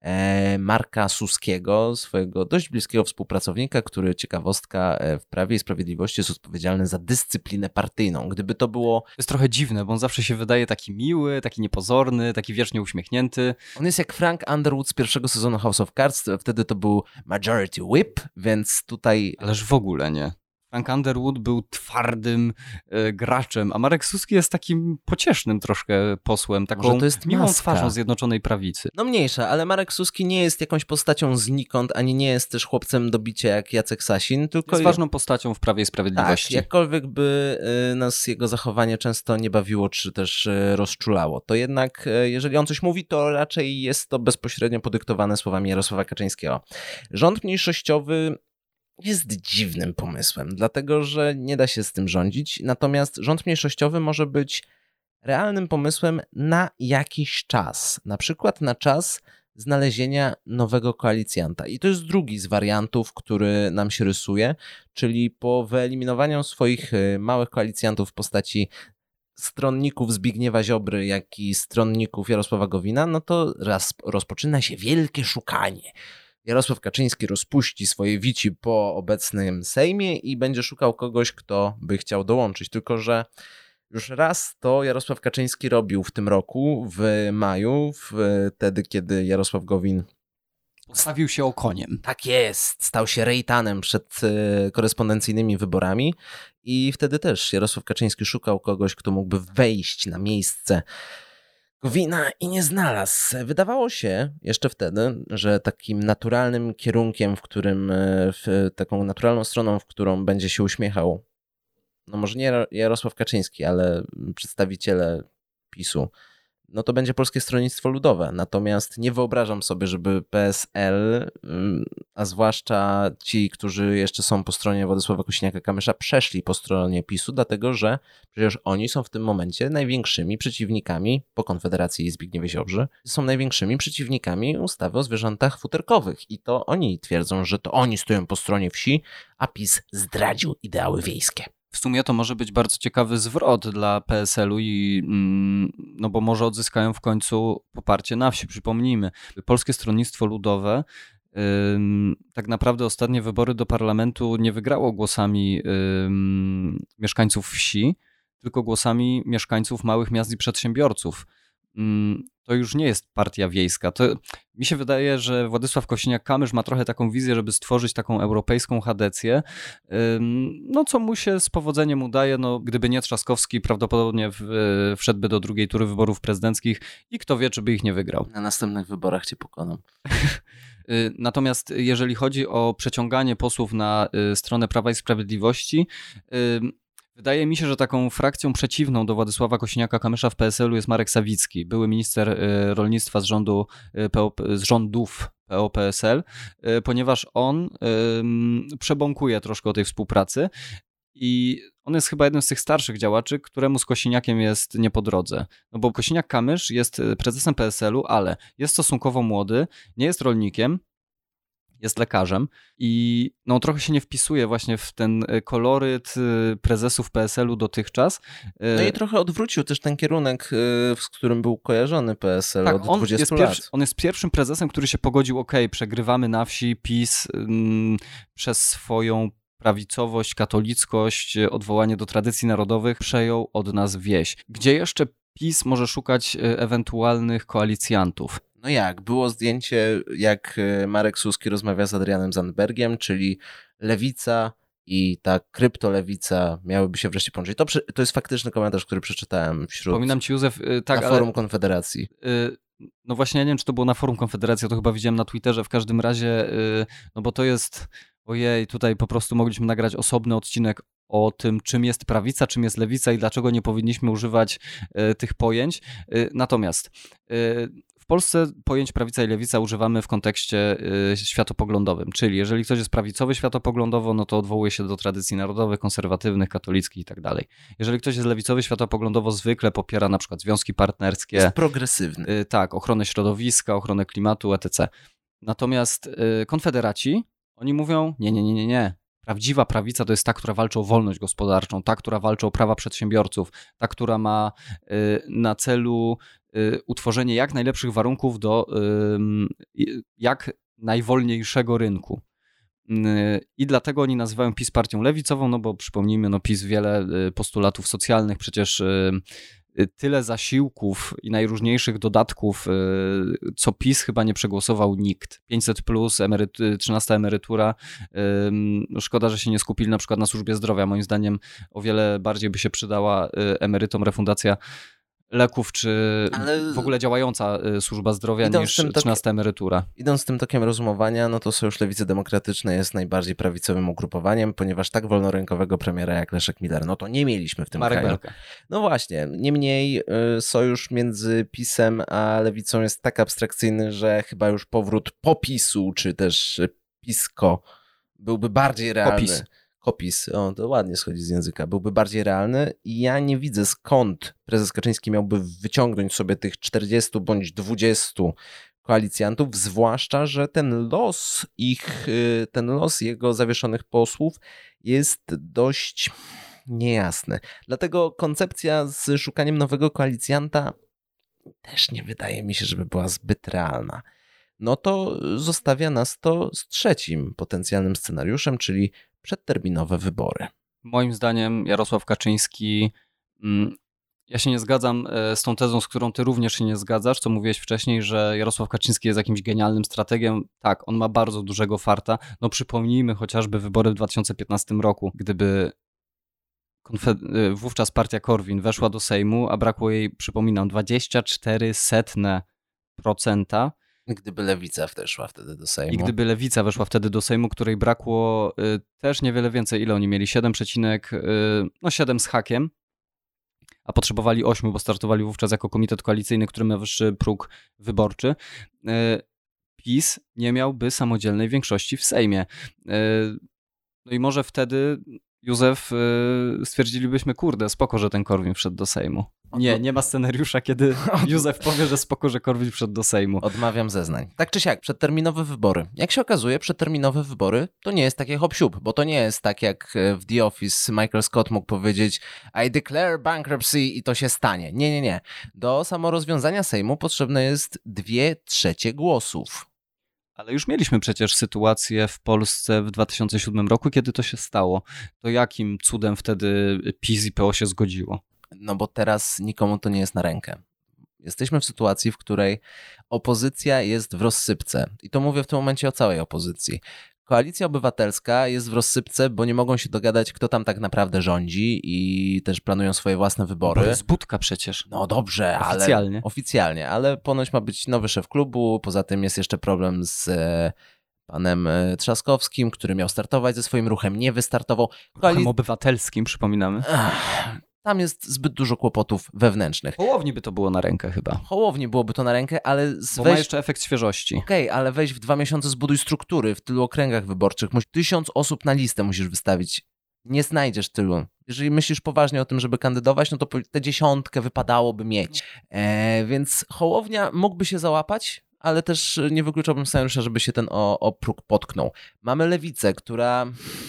e, Marka Suskiego, swojego dość bliskiego współpracownika, który, ciekawostka, w Prawie i Sprawiedliwości jest odpowiedzialny za dyscyplinę partyjną. Gdyby to było... To jest trochę dziwne, bo on zawsze się wydaje taki miły, taki niepozorny, taki wiecznie uśmiechnięty. On jest jak Frank Underwood z pierwszego sezonu House of Cards, wtedy to był Majority Whip, więc tutaj... Ależ w ogóle nie. Frank Underwood był twardym e, graczem, a Marek Suski jest takim pociesznym troszkę posłem, taką Może to jest miłą maska. twarzą Zjednoczonej Prawicy. No mniejsza, ale Marek Suski nie jest jakąś postacią znikąd, ani nie jest też chłopcem do bicia jak Jacek Sasin, tylko... Jest ważną postacią w Prawie i Sprawiedliwości. Tak, jakkolwiek by nas jego zachowanie często nie bawiło, czy też rozczulało, to jednak jeżeli on coś mówi, to raczej jest to bezpośrednio podyktowane słowami Jarosława Kaczyńskiego. Rząd mniejszościowy jest dziwnym pomysłem, dlatego że nie da się z tym rządzić, natomiast rząd mniejszościowy może być realnym pomysłem na jakiś czas, na przykład na czas znalezienia nowego koalicjanta. I to jest drugi z wariantów, który nam się rysuje, czyli po wyeliminowaniu swoich małych koalicjantów w postaci stronników Zbigniewa Ziobry, jak i stronników Jarosława Gowina, no to raz rozpoczyna się wielkie szukanie. Jarosław Kaczyński rozpuści swoje wici po obecnym Sejmie i będzie szukał kogoś, kto by chciał dołączyć. Tylko że już raz to Jarosław Kaczyński robił w tym roku, w maju, wtedy kiedy Jarosław Gowin postawił się okoniem. Tak jest, stał się rejtanem przed korespondencyjnymi wyborami i wtedy też Jarosław Kaczyński szukał kogoś, kto mógłby wejść na miejsce Gowina i nie znalazł. Wydawało się jeszcze wtedy, że takim naturalnym kierunkiem, w którym, w taką naturalną stroną, w którą będzie się uśmiechał, no może nie Jarosław Kaczyński, ale przedstawiciele PiSu, no to będzie Polskie Stronnictwo Ludowe. Natomiast nie wyobrażam sobie, żeby P S L, a zwłaszcza ci, którzy jeszcze są po stronie Władysława Kosiniaka-Kamysza, przeszli po stronie PiSu, dlatego że przecież oni są w tym momencie największymi przeciwnikami, po Konfederacji i Zbigniewie Ziobrzy, są największymi przeciwnikami ustawy o zwierzętach futerkowych. I to oni twierdzą, że to oni stoją po stronie wsi, a PiS zdradził ideały wiejskie. W sumie to może być bardzo ciekawy zwrot dla P S L-u i no bo może odzyskają w końcu poparcie na wsi. Przypomnijmy, Polskie Stronnictwo Ludowe ym, tak naprawdę ostatnie wybory do parlamentu nie wygrało głosami ym, mieszkańców wsi, tylko głosami mieszkańców małych miast i przedsiębiorców. Ym, to już nie jest partia wiejska. To, mi się wydaje, że Władysław Kosiniak-Kamysz ma trochę taką wizję, żeby stworzyć taką europejską chadecję, no co mu się z powodzeniem udaje. No, gdyby nie Trzaskowski, prawdopodobnie w, wszedłby do drugiej tury wyborów prezydenckich i kto wie, czy by ich nie wygrał. Na następnych wyborach cię pokonam. Natomiast jeżeli chodzi o przeciąganie posłów na stronę Prawa i Sprawiedliwości, wydaje mi się, że taką frakcją przeciwną do Władysława Kosiniaka-Kamysza w P S L-u jest Marek Sawicki, były minister rolnictwa z, rządu, z rządów P O P S L, ponieważ on przebąkuje troszkę o tej współpracy i on jest chyba jednym z tych starszych działaczy, któremu z Kosiniakiem jest nie po drodze. No bo Kosiniak-Kamysz jest prezesem P S L-u, ale jest stosunkowo młody, nie jest rolnikiem, jest lekarzem i no, trochę się nie wpisuje właśnie w ten koloryt prezesów P S L-u dotychczas. No i trochę odwrócił też ten kierunek, z którym był kojarzony P S L tak, od dwudziestu lat. Pierwszy, on jest pierwszym prezesem, który się pogodził, ok, przegrywamy na wsi, PiS ym, przez swoją prawicowość, katolickość, odwołanie do tradycji narodowych przejął od nas wieś. Gdzie jeszcze PiS może szukać ewentualnych koalicjantów? No jak, było zdjęcie, jak Marek Suski rozmawia z Adrianem Zandbergiem, czyli lewica i ta kryptolewica miałyby się wreszcie połączyć. To, to jest faktyczny komentarz, który przeczytałem wśród Pominam ci, Józef, tak, na forum ale, Konfederacji. No właśnie, ja nie wiem, czy to było na forum Konfederacji, to chyba widziałem na Twitterze, w każdym razie, no bo to jest, ojej, tutaj po prostu mogliśmy nagrać osobny odcinek o tym, czym jest prawica, czym jest lewica i dlaczego nie powinniśmy używać y, tych pojęć. Y, natomiast y, w Polsce pojęć prawica i lewica używamy w kontekście y, światopoglądowym, czyli jeżeli ktoś jest prawicowy światopoglądowo, no to odwołuje się do tradycji narodowych, konserwatywnych, katolickich i tak dalej. Jeżeli ktoś jest lewicowy światopoglądowo, zwykle popiera na przykład związki partnerskie. Jest progresywny. Y, tak, ochronę środowiska, ochronę klimatu, et cetera. Natomiast y, konfederaci, oni mówią, nie, nie, nie, nie, nie. Prawdziwa prawica to jest ta, która walczy o wolność gospodarczą, ta, która walczy o prawa przedsiębiorców, ta, która ma y, na celu y, utworzenie jak najlepszych warunków do y, jak najwolniejszego rynku. Y, I dlatego oni nazywają PiS partią lewicową, no bo przypomnijmy, no PiS wiele y, postulatów socjalnych, przecież y, tyle zasiłków i najróżniejszych dodatków, co PiS chyba nie przegłosował nikt. pięćset plus, emeryt- trzynasta emerytura. Szkoda, że się nie skupili na przykład na służbie zdrowia. Moim zdaniem o wiele bardziej by się przydała emerytom refundacja leków, czy Ale w ogóle działająca służba zdrowia niż trzynasta emerytura. Idąc tym tokiem rozumowania, no to Sojusz Lewicy Demokratycznej jest najbardziej prawicowym ugrupowaniem, ponieważ tak wolnorynkowego premiera jak Leszek Miller, no to nie mieliśmy w tym Marek kraju. Belka. No właśnie, niemniej y, sojusz między PiS-em a Lewicą jest tak abstrakcyjny, że chyba już powrót popisu, czy też PiS-ko byłby bardziej realny. Popis. Kopis, o, to ładnie schodzi z języka, byłby bardziej realny i ja nie widzę, skąd prezes Kaczyński miałby wyciągnąć sobie tych czterdziestu bądź dwudziestu koalicjantów, zwłaszcza, że ten los ich, ten los jego zawieszonych posłów jest dość niejasny. Dlatego koncepcja z szukaniem nowego koalicjanta też nie wydaje mi się, żeby była zbyt realna. No to zostawia nas to z trzecim potencjalnym scenariuszem, czyli przedterminowe wybory. Moim zdaniem Jarosław Kaczyński, ja się nie zgadzam z tą tezą, z którą ty również się nie zgadzasz, co mówiłeś wcześniej, że Jarosław Kaczyński jest jakimś genialnym strategiem. Tak, on ma bardzo dużego farta. No przypomnijmy chociażby wybory w dwa tysiące piętnastym roku, gdyby konfed- wówczas partia Korwin weszła do Sejmu, a brakło jej, przypominam, dwadzieścia cztery procent. Gdyby Lewica weszła wtedy do Sejmu. I gdyby Lewica weszła wtedy do Sejmu, której brakło y, też niewiele więcej, ile oni mieli? siedem, no siedem z hakiem. a potrzebowali ośmiu, bo startowali wówczas jako komitet koalicyjny, który ma wyższy próg wyborczy, PiS nie miałby samodzielnej większości w Sejmie. No i może wtedy, Józef, stwierdzilibyśmy, kurde, spoko, że ten Korwin wszedł do Sejmu. Nie, nie ma scenariusza, kiedy Józef powie, że spoko, że Korwin wszedł do Sejmu. Odmawiam zeznań. Tak czy siak, przedterminowe wybory. Jak się okazuje, przedterminowe wybory to nie jest takie hop-siup, bo to nie jest tak jak w The Office Michael Scott mógł powiedzieć I declare bankruptcy i to się stanie. Nie, nie, nie. Do samorozwiązania Sejmu potrzebne jest dwie trzecie głosów. Ale już mieliśmy przecież sytuację w Polsce w dwa tysiące siódmym roku, kiedy to się stało. To jakim cudem wtedy PiS i P O się zgodziło? No bo teraz nikomu to nie jest na rękę. Jesteśmy w sytuacji, w której opozycja jest w rozsypce. I to mówię w tym momencie o całej opozycji. Koalicja Obywatelska jest w rozsypce, bo nie mogą się dogadać, kto tam tak naprawdę rządzi i też planują swoje własne wybory. To jest Budka przecież. No dobrze, oficjalnie. ale oficjalnie, ale ponoć ma być nowy szef klubu, poza tym jest jeszcze problem z panem Trzaskowskim, który miał startować ze swoim ruchem, nie wystartował. Koali... Ruchem obywatelskim, przypominamy. Ach, tam jest zbyt dużo kłopotów wewnętrznych. Hołowni by to było na rękę chyba. Hołowni byłoby to na rękę, ale... Bo weź... ma jeszcze efekt świeżości. Okej, okay, ale weź w dwa miesiące zbuduj struktury w tylu okręgach wyborczych. Tysiąc osób na listę musisz wystawić. Nie znajdziesz tylu. Jeżeli myślisz poważnie o tym, żeby kandydować, no to tę dziesiątkę wypadałoby mieć. E, więc Hołownia mógłby się załapać, ale też nie wykluczałbym scenariusza, żeby się ten o, o próg potknął. Mamy Lewicę, która...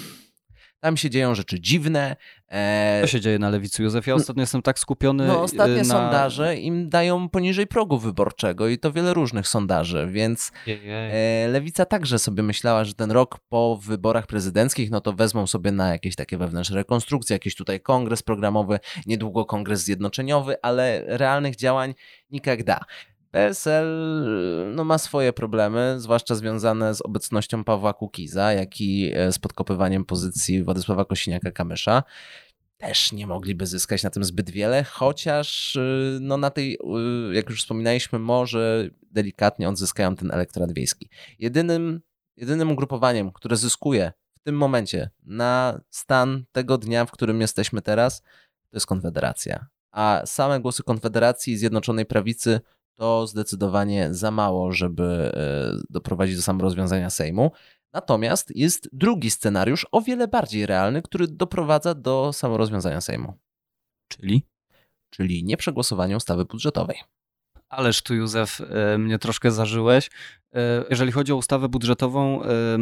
Tam się dzieją rzeczy dziwne. E... Co się dzieje na lewicy, Józef? Ja ostatnio jestem tak skupiony No ostatnie na... sondaże im dają poniżej progu wyborczego i to wiele różnych sondaży, więc e, lewica także sobie myślała, że ten rok po wyborach prezydenckich, no to wezmą sobie na jakieś takie wewnętrzne rekonstrukcje, jakiś tutaj kongres programowy, niedługo kongres zjednoczeniowy, ale realnych działań nikada. P S L no, ma swoje problemy, zwłaszcza związane z obecnością Pawła Kukiza, jak i z podkopywaniem pozycji Władysława Kosiniaka-Kamysza. Też nie mogliby zyskać na tym zbyt wiele, chociaż no, na tej, jak już wspominaliśmy, może delikatnie odzyskają ten elektorat wiejski. Jedynym, jedynym ugrupowaniem, które zyskuje w tym momencie na stan tego dnia, w którym jesteśmy teraz, to jest Konfederacja. A same głosy Konfederacji i Zjednoczonej Prawicy to zdecydowanie za mało, żeby doprowadzić do samorozwiązania Sejmu. Natomiast jest drugi scenariusz, o wiele bardziej realny, który doprowadza do samorozwiązania Sejmu. Czyli? Czyli nieprzegłosowanie ustawy budżetowej. Ależ tu, Józef, mnie troszkę zażyłeś. Jeżeli chodzi o ustawę budżetową,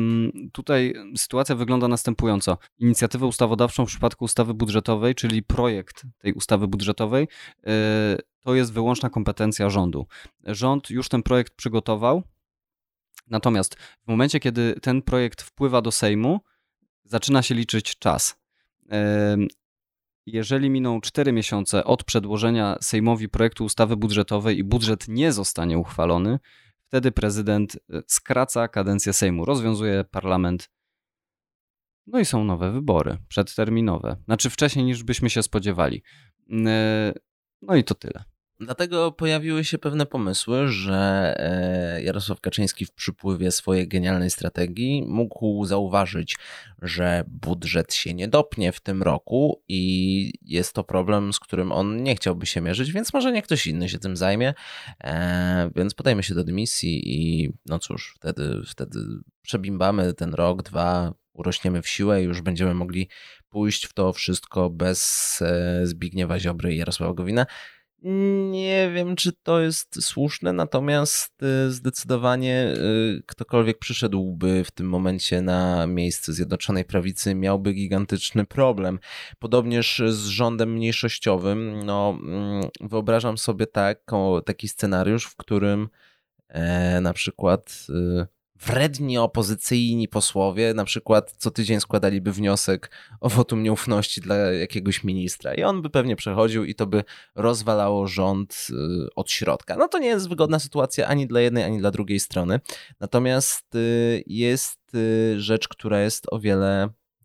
tutaj sytuacja wygląda następująco. Inicjatywę ustawodawczą w przypadku ustawy budżetowej, czyli projekt tej ustawy budżetowej, to jest wyłączna kompetencja rządu. Rząd już ten projekt przygotował, natomiast w momencie, kiedy ten projekt wpływa do Sejmu, zaczyna się liczyć czas. Jeżeli miną cztery miesiące od przedłożenia Sejmowi projektu ustawy budżetowej i budżet nie zostanie uchwalony, wtedy prezydent skraca kadencję Sejmu, rozwiązuje parlament, no i są nowe wybory, przedterminowe. Znaczy wcześniej niż byśmy się spodziewali. No i to tyle. Dlatego pojawiły się pewne pomysły, że Jarosław Kaczyński w przypływie swojej genialnej strategii mógł zauważyć, że budżet się nie dopnie w tym roku i jest to problem, z którym on nie chciałby się mierzyć, więc może niech ktoś inny się tym zajmie, więc podajmy się do dymisji i no cóż, wtedy, wtedy przebimbamy ten rok, dwa, urośniemy w siłę i już będziemy mogli pójść w to wszystko bez Zbigniewa Ziobry i Jarosława Gowina. Nie wiem, czy to jest słuszne, natomiast zdecydowanie ktokolwiek przyszedłby w tym momencie na miejsce Zjednoczonej Prawicy, miałby gigantyczny problem. Podobnież z rządem mniejszościowym, no wyobrażam sobie tak, taki scenariusz, w którym e, na przykład e, wredni opozycyjni posłowie na przykład co tydzień składaliby wniosek o wotum nieufności dla jakiegoś ministra i on by pewnie przechodził i to by rozwalało rząd od środka. No to nie jest wygodna sytuacja ani dla jednej, ani dla drugiej strony. Natomiast jest rzecz, która jest o wiele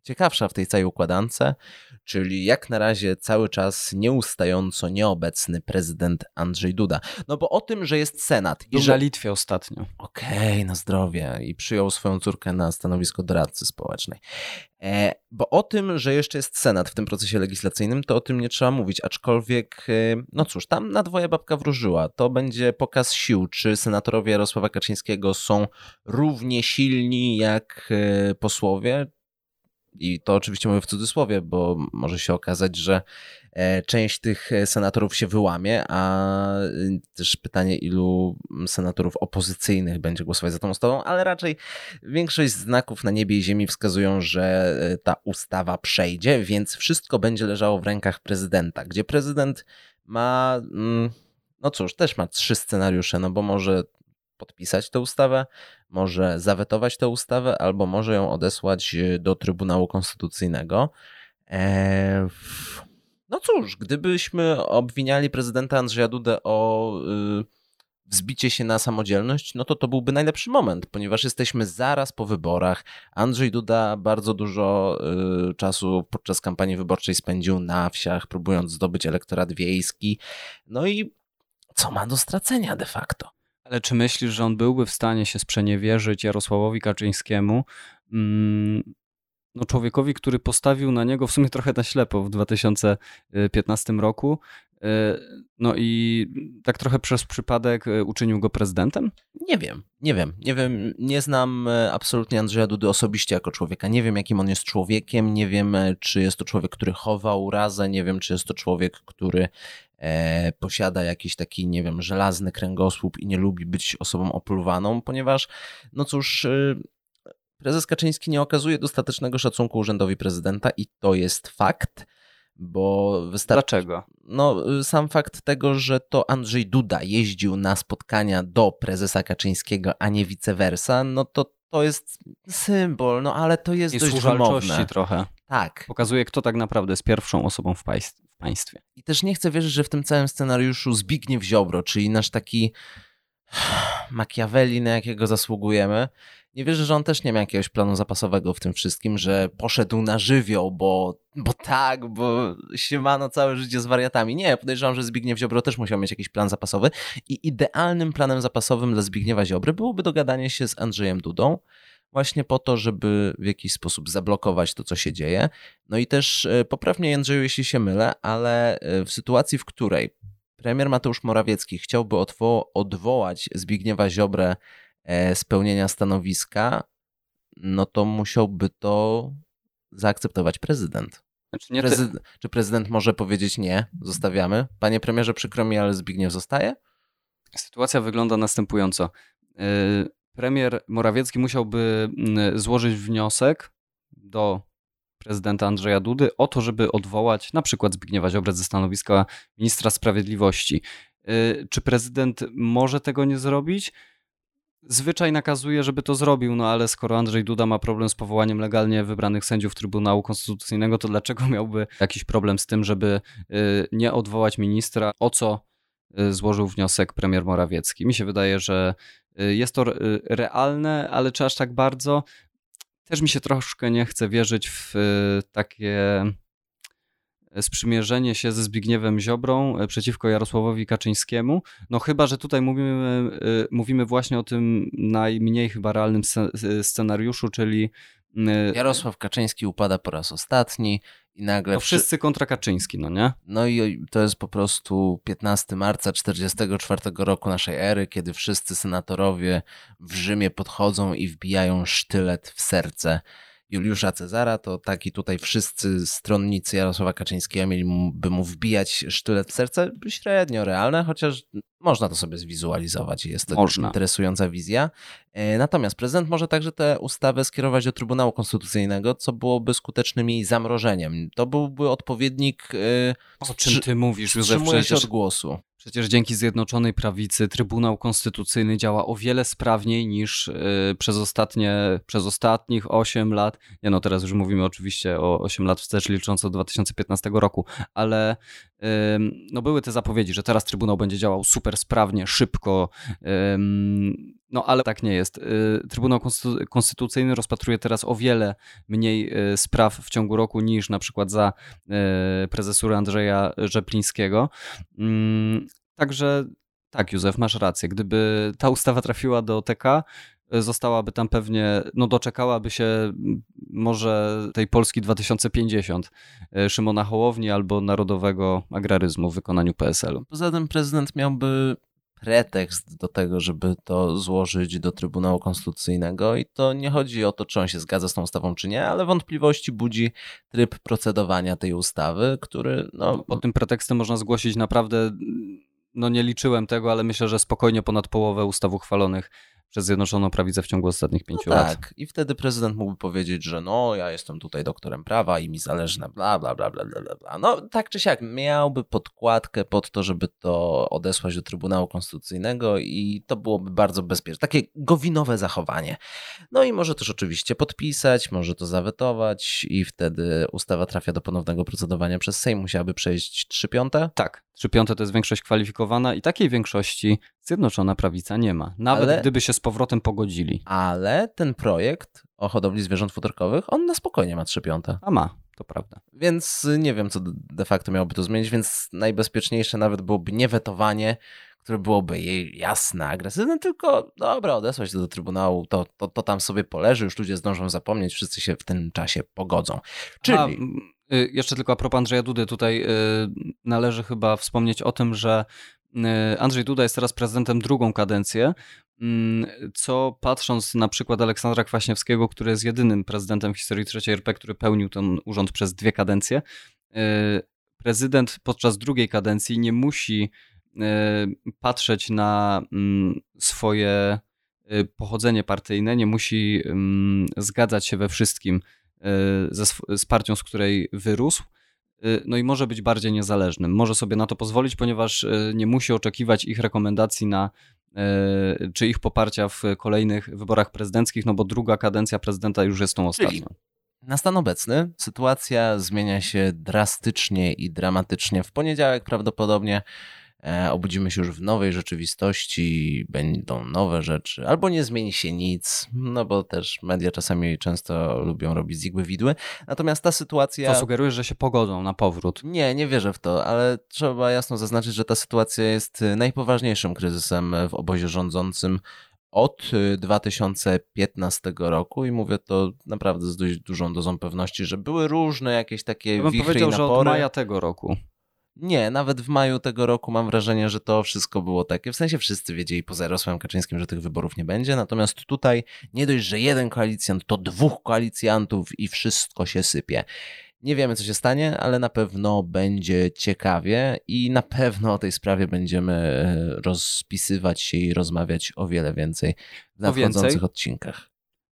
ciekawsza w tej całej układance, czyli jak na razie cały czas nieustająco nieobecny prezydent Andrzej Duda. No bo o tym, że jest Senat. I że Litwie ostatnio. Okej, okay, na zdrowie. I przyjął swoją córkę na stanowisko doradcy społecznej. E, bo o tym, że jeszcze jest Senat w tym procesie legislacyjnym, to o tym nie trzeba mówić, aczkolwiek, e, no cóż, tam na dwoje babka wróżyła. To będzie pokaz sił, czy senatorowie Jarosława Kaczyńskiego są równie silni jak e, posłowie. I to oczywiście mówię w cudzysłowie, bo może się okazać, że część tych senatorów się wyłamie, a też pytanie, ilu senatorów opozycyjnych będzie głosować za tą ustawą, ale raczej większość znaków na niebie i ziemi wskazują, że ta ustawa przejdzie, więc wszystko będzie leżało w rękach prezydenta, gdzie prezydent ma, no cóż, też ma trzy scenariusze, no bo może podpisać tę ustawę, może zawetować tę ustawę, albo może ją odesłać do Trybunału Konstytucyjnego. Eee, no cóż, gdybyśmy obwiniali prezydenta Andrzeja Dudę o y, wzbicie się na samodzielność, no to to byłby najlepszy moment, ponieważ jesteśmy zaraz po wyborach. Andrzej Duda bardzo dużo y, czasu podczas kampanii wyborczej spędził na wsiach, próbując zdobyć elektorat wiejski. No i co ma do stracenia de facto? Ale czy myślisz, że on byłby w stanie się sprzeniewierzyć Jarosławowi Kaczyńskiemu, no człowiekowi, który postawił na niego w sumie trochę na ślepo w dwa tysiące piętnastym roku, no i tak trochę przez przypadek uczynił go prezydentem? Nie wiem, nie wiem, nie wiem, nie znam absolutnie Andrzeja Dudy osobiście jako człowieka, nie wiem jakim on jest człowiekiem, nie wiem czy jest to człowiek, który chowa urazę, nie wiem czy jest to człowiek, który e, posiada jakiś taki, nie wiem, żelazny kręgosłup i nie lubi być osobą opluwaną, ponieważ no cóż, e, prezes Kaczyński nie okazuje dostatecznego szacunku urzędowi prezydenta i to jest fakt. Bo wystarczy, Dlaczego? No, sam fakt tego, że to Andrzej Duda jeździł na spotkania do prezesa Kaczyńskiego, a nie vice versa, no to to jest symbol, no ale to jest I dość służalczości wymowne. trochę. Tak. Pokazuje, kto tak naprawdę jest pierwszą osobą w państwie. I też nie chcę wierzyć, że w tym całym scenariuszu Zbigniew Ziobro, czyli nasz taki Machiavelli, na jakiego zasługujemy, nie wierzę, że on też nie miał jakiegoś planu zapasowego w tym wszystkim, że poszedł na żywioł, bo, bo tak, bo się ma na całe życie z wariatami. Nie, podejrzewam, że Zbigniew Ziobro też musiał mieć jakiś plan zapasowy i idealnym planem zapasowym dla Zbigniewa Ziobry byłoby dogadanie się z Andrzejem Dudą właśnie po to, żeby w jakiś sposób zablokować to, co się dzieje. No i też poprawnie, Jędrzeju, jeśli się mylę, ale w sytuacji, w której premier Mateusz Morawiecki chciałby odwo- odwołać Zbigniewa Ziobrę z pełnienia stanowiska, no to musiałby to zaakceptować prezydent. Znaczy nie Prezy- ty... Czy prezydent może powiedzieć nie, zostawiamy? Panie premierze, przykro mi, ale Zbigniew zostaje? Sytuacja wygląda następująco. Premier Morawiecki musiałby złożyć wniosek do prezydenta Andrzeja Dudy o to, żeby odwołać na przykład Zbigniewa Ziobrę ze stanowiska ministra sprawiedliwości. Czy prezydent może tego nie zrobić? Zwyczaj nakazuje, żeby to zrobił, no ale skoro Andrzej Duda ma problem z powołaniem legalnie wybranych sędziów Trybunału Konstytucyjnego, to dlaczego miałby jakiś problem z tym, żeby nie odwołać ministra, o co złożył wniosek premier Morawiecki? Mi się wydaje, że jest to realne, ale czy aż tak bardzo? Też mi się troszkę nie chce wierzyć w takie sprzymierzenie się ze Zbigniewem Ziobrą przeciwko Jarosławowi Kaczyńskiemu. No chyba, że tutaj mówimy, mówimy właśnie o tym najmniej chyba realnym scenariuszu, czyli Jarosław Kaczyński upada po raz ostatni i nagle... No wszyscy kontra Kaczyński, no nie? No i to jest po prostu piętnastego marca czterdziestego czwartego roku naszej ery, kiedy wszyscy senatorowie w Rzymie podchodzą i wbijają sztylet w serce Juliusza Cezara, to tak i tutaj wszyscy stronnicy Jarosława Kaczyńskiego mieliby mu wbijać sztylet w serce. Średnio realne, chociaż można to sobie zwizualizować i jest to można. Interesująca wizja. Natomiast prezydent może także tę ustawę skierować do Trybunału Konstytucyjnego, co byłoby skutecznym jej zamrożeniem. To byłby odpowiednik... O czym ty mówisz, Józef? Przecież... się od głosu. Przecież dzięki Zjednoczonej Prawicy Trybunał Konstytucyjny działa o wiele sprawniej niż yy, przez, ostatnie, przez ostatnich osiem lat. Nie no, teraz już mówimy oczywiście o osiem lat wstecz, licząc od dwa tysiące piętnastego roku, ale no były te zapowiedzi, że teraz Trybunał będzie działał super sprawnie, szybko, no ale tak nie jest. Trybunał Konstytucyjny rozpatruje teraz o wiele mniej spraw w ciągu roku niż na przykład za prezesury Andrzeja Rzeplińskiego. Także tak, Józef, masz rację. Gdyby ta ustawa trafiła do T K, zostałaby tam pewnie, no doczekałaby się może tej Polski dwa tysiące pięćdziesiąt, Szymona Hołowni albo narodowego agraryzmu w wykonaniu P S L u. Poza tym prezydent miałby pretekst do tego, żeby to złożyć do Trybunału Konstytucyjnego i to nie chodzi o to, czy on się zgadza z tą ustawą, czy nie, ale wątpliwości budzi tryb procedowania tej ustawy, który... No... Pod tym pretekstem można zgłosić naprawdę, no nie liczyłem tego, ale myślę, że spokojnie ponad połowę ustaw uchwalonych przez Zjednoczoną Prawicę w ciągu ostatnich pięciu no lat. Tak, i wtedy prezydent mógłby powiedzieć, że no, ja jestem tutaj doktorem prawa i mi zależy na bla, bla, bla, bla, bla, bla. No tak czy siak, miałby podkładkę pod to, żeby to odesłać do Trybunału Konstytucyjnego i to byłoby bardzo bezpieczne. Takie gowinowe zachowanie. No i może też oczywiście podpisać, może to zawetować i wtedy ustawa trafia do ponownego procedowania przez Sejm. Musiałaby przejść trzy piąte? Tak, trzy piąte to jest większość kwalifikowana i takiej większości Zjednoczona Prawica nie ma. Nawet ale, gdyby się z powrotem pogodzili. Ale ten projekt o hodowli zwierząt futerkowych, on na spokojnie ma trzy piąte. A ma, to prawda. Więc nie wiem, co de facto miałoby to zmienić, więc najbezpieczniejsze nawet byłoby nie wetowanie, które byłoby jej jasne, agresywne, tylko dobra, odesłać to do Trybunału, to, to, to tam sobie poleży, już ludzie zdążą zapomnieć, wszyscy się w tym czasie pogodzą. Czyli... A, jeszcze tylko a propos Andrzeja Dudy, tutaj yy, należy chyba wspomnieć o tym, że Andrzej Duda jest teraz prezydentem drugą kadencję, co patrząc na przykład Aleksandra Kwaśniewskiego, który jest jedynym prezydentem w historii trzeciej R P, który pełnił ten urząd przez dwie kadencje, prezydent podczas drugiej kadencji nie musi patrzeć na swoje pochodzenie partyjne, nie musi zgadzać się we wszystkim ze, z partią, z której wyrósł. No i może być bardziej niezależnym. Może sobie na to pozwolić, ponieważ nie musi oczekiwać ich rekomendacji na, czy ich poparcia w kolejnych wyborach prezydenckich, no bo druga kadencja prezydenta już jest tą ostatnią. Czyli na stan obecny sytuacja zmienia się drastycznie i dramatycznie. W poniedziałek prawdopodobnie obudzimy się już w nowej rzeczywistości, będą nowe rzeczy, albo nie zmieni się nic, no bo też media czasami często lubią robić zigły widły. Natomiast ta sytuacja... Co sugerujesz, że się pogodzą na powrót? Nie, nie wierzę w to, ale trzeba jasno zaznaczyć, że ta sytuacja jest najpoważniejszym kryzysem w obozie rządzącym od dwa tysiące piętnastego roku i mówię to naprawdę z dość dużą dozą pewności, że były różne jakieś takie ja bym wichry powiedział, i napory. Że od maja tego roku. Nie, nawet w maju tego roku mam wrażenie, że to wszystko było takie. W sensie wszyscy wiedzieli poza Jarosławem Kaczyńskim, że tych wyborów nie będzie. Natomiast tutaj nie dość, że jeden koalicjant, to dwóch koalicjantów i wszystko się sypie. Nie wiemy, co się stanie, ale na pewno będzie ciekawie i na pewno o tej sprawie będziemy rozpisywać się i rozmawiać o wiele więcej w nadchodzących odcinkach.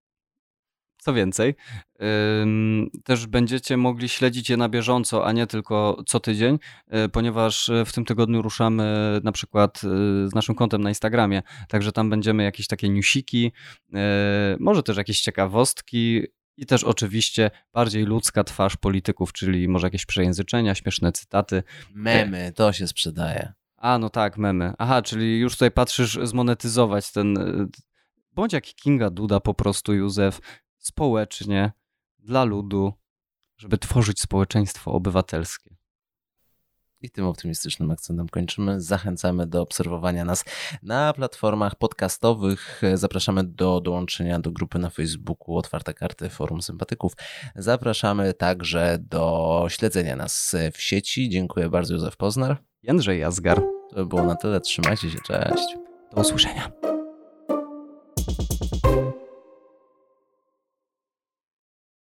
Co więcej, yy, też będziecie mogli śledzić je na bieżąco, a nie tylko co tydzień, yy, ponieważ w tym tygodniu ruszamy na przykład yy, z naszym kontem na Instagramie, także tam będziemy jakieś takie newsiki, yy, może też jakieś ciekawostki i też oczywiście bardziej ludzka twarz polityków, czyli może jakieś przejęzyczenia, śmieszne cytaty. Memy, to się sprzedaje. A, no tak, memy. Aha, czyli już tutaj patrzysz zmonetyzować ten... Bądź jak Kinga Duda po prostu, Józef, społecznie, dla ludu, żeby tworzyć społeczeństwo obywatelskie. I tym optymistycznym akcentem kończymy. Zachęcamy do obserwowania nas na platformach podcastowych. Zapraszamy do dołączenia do grupy na Facebooku Otwarte Karty Forum Sympatyków. Zapraszamy także do śledzenia nas w sieci. Dziękuję bardzo, Józef Poznar. Jędrzej Jazgar. To by było na tyle. Trzymajcie się. Cześć. Do usłyszenia.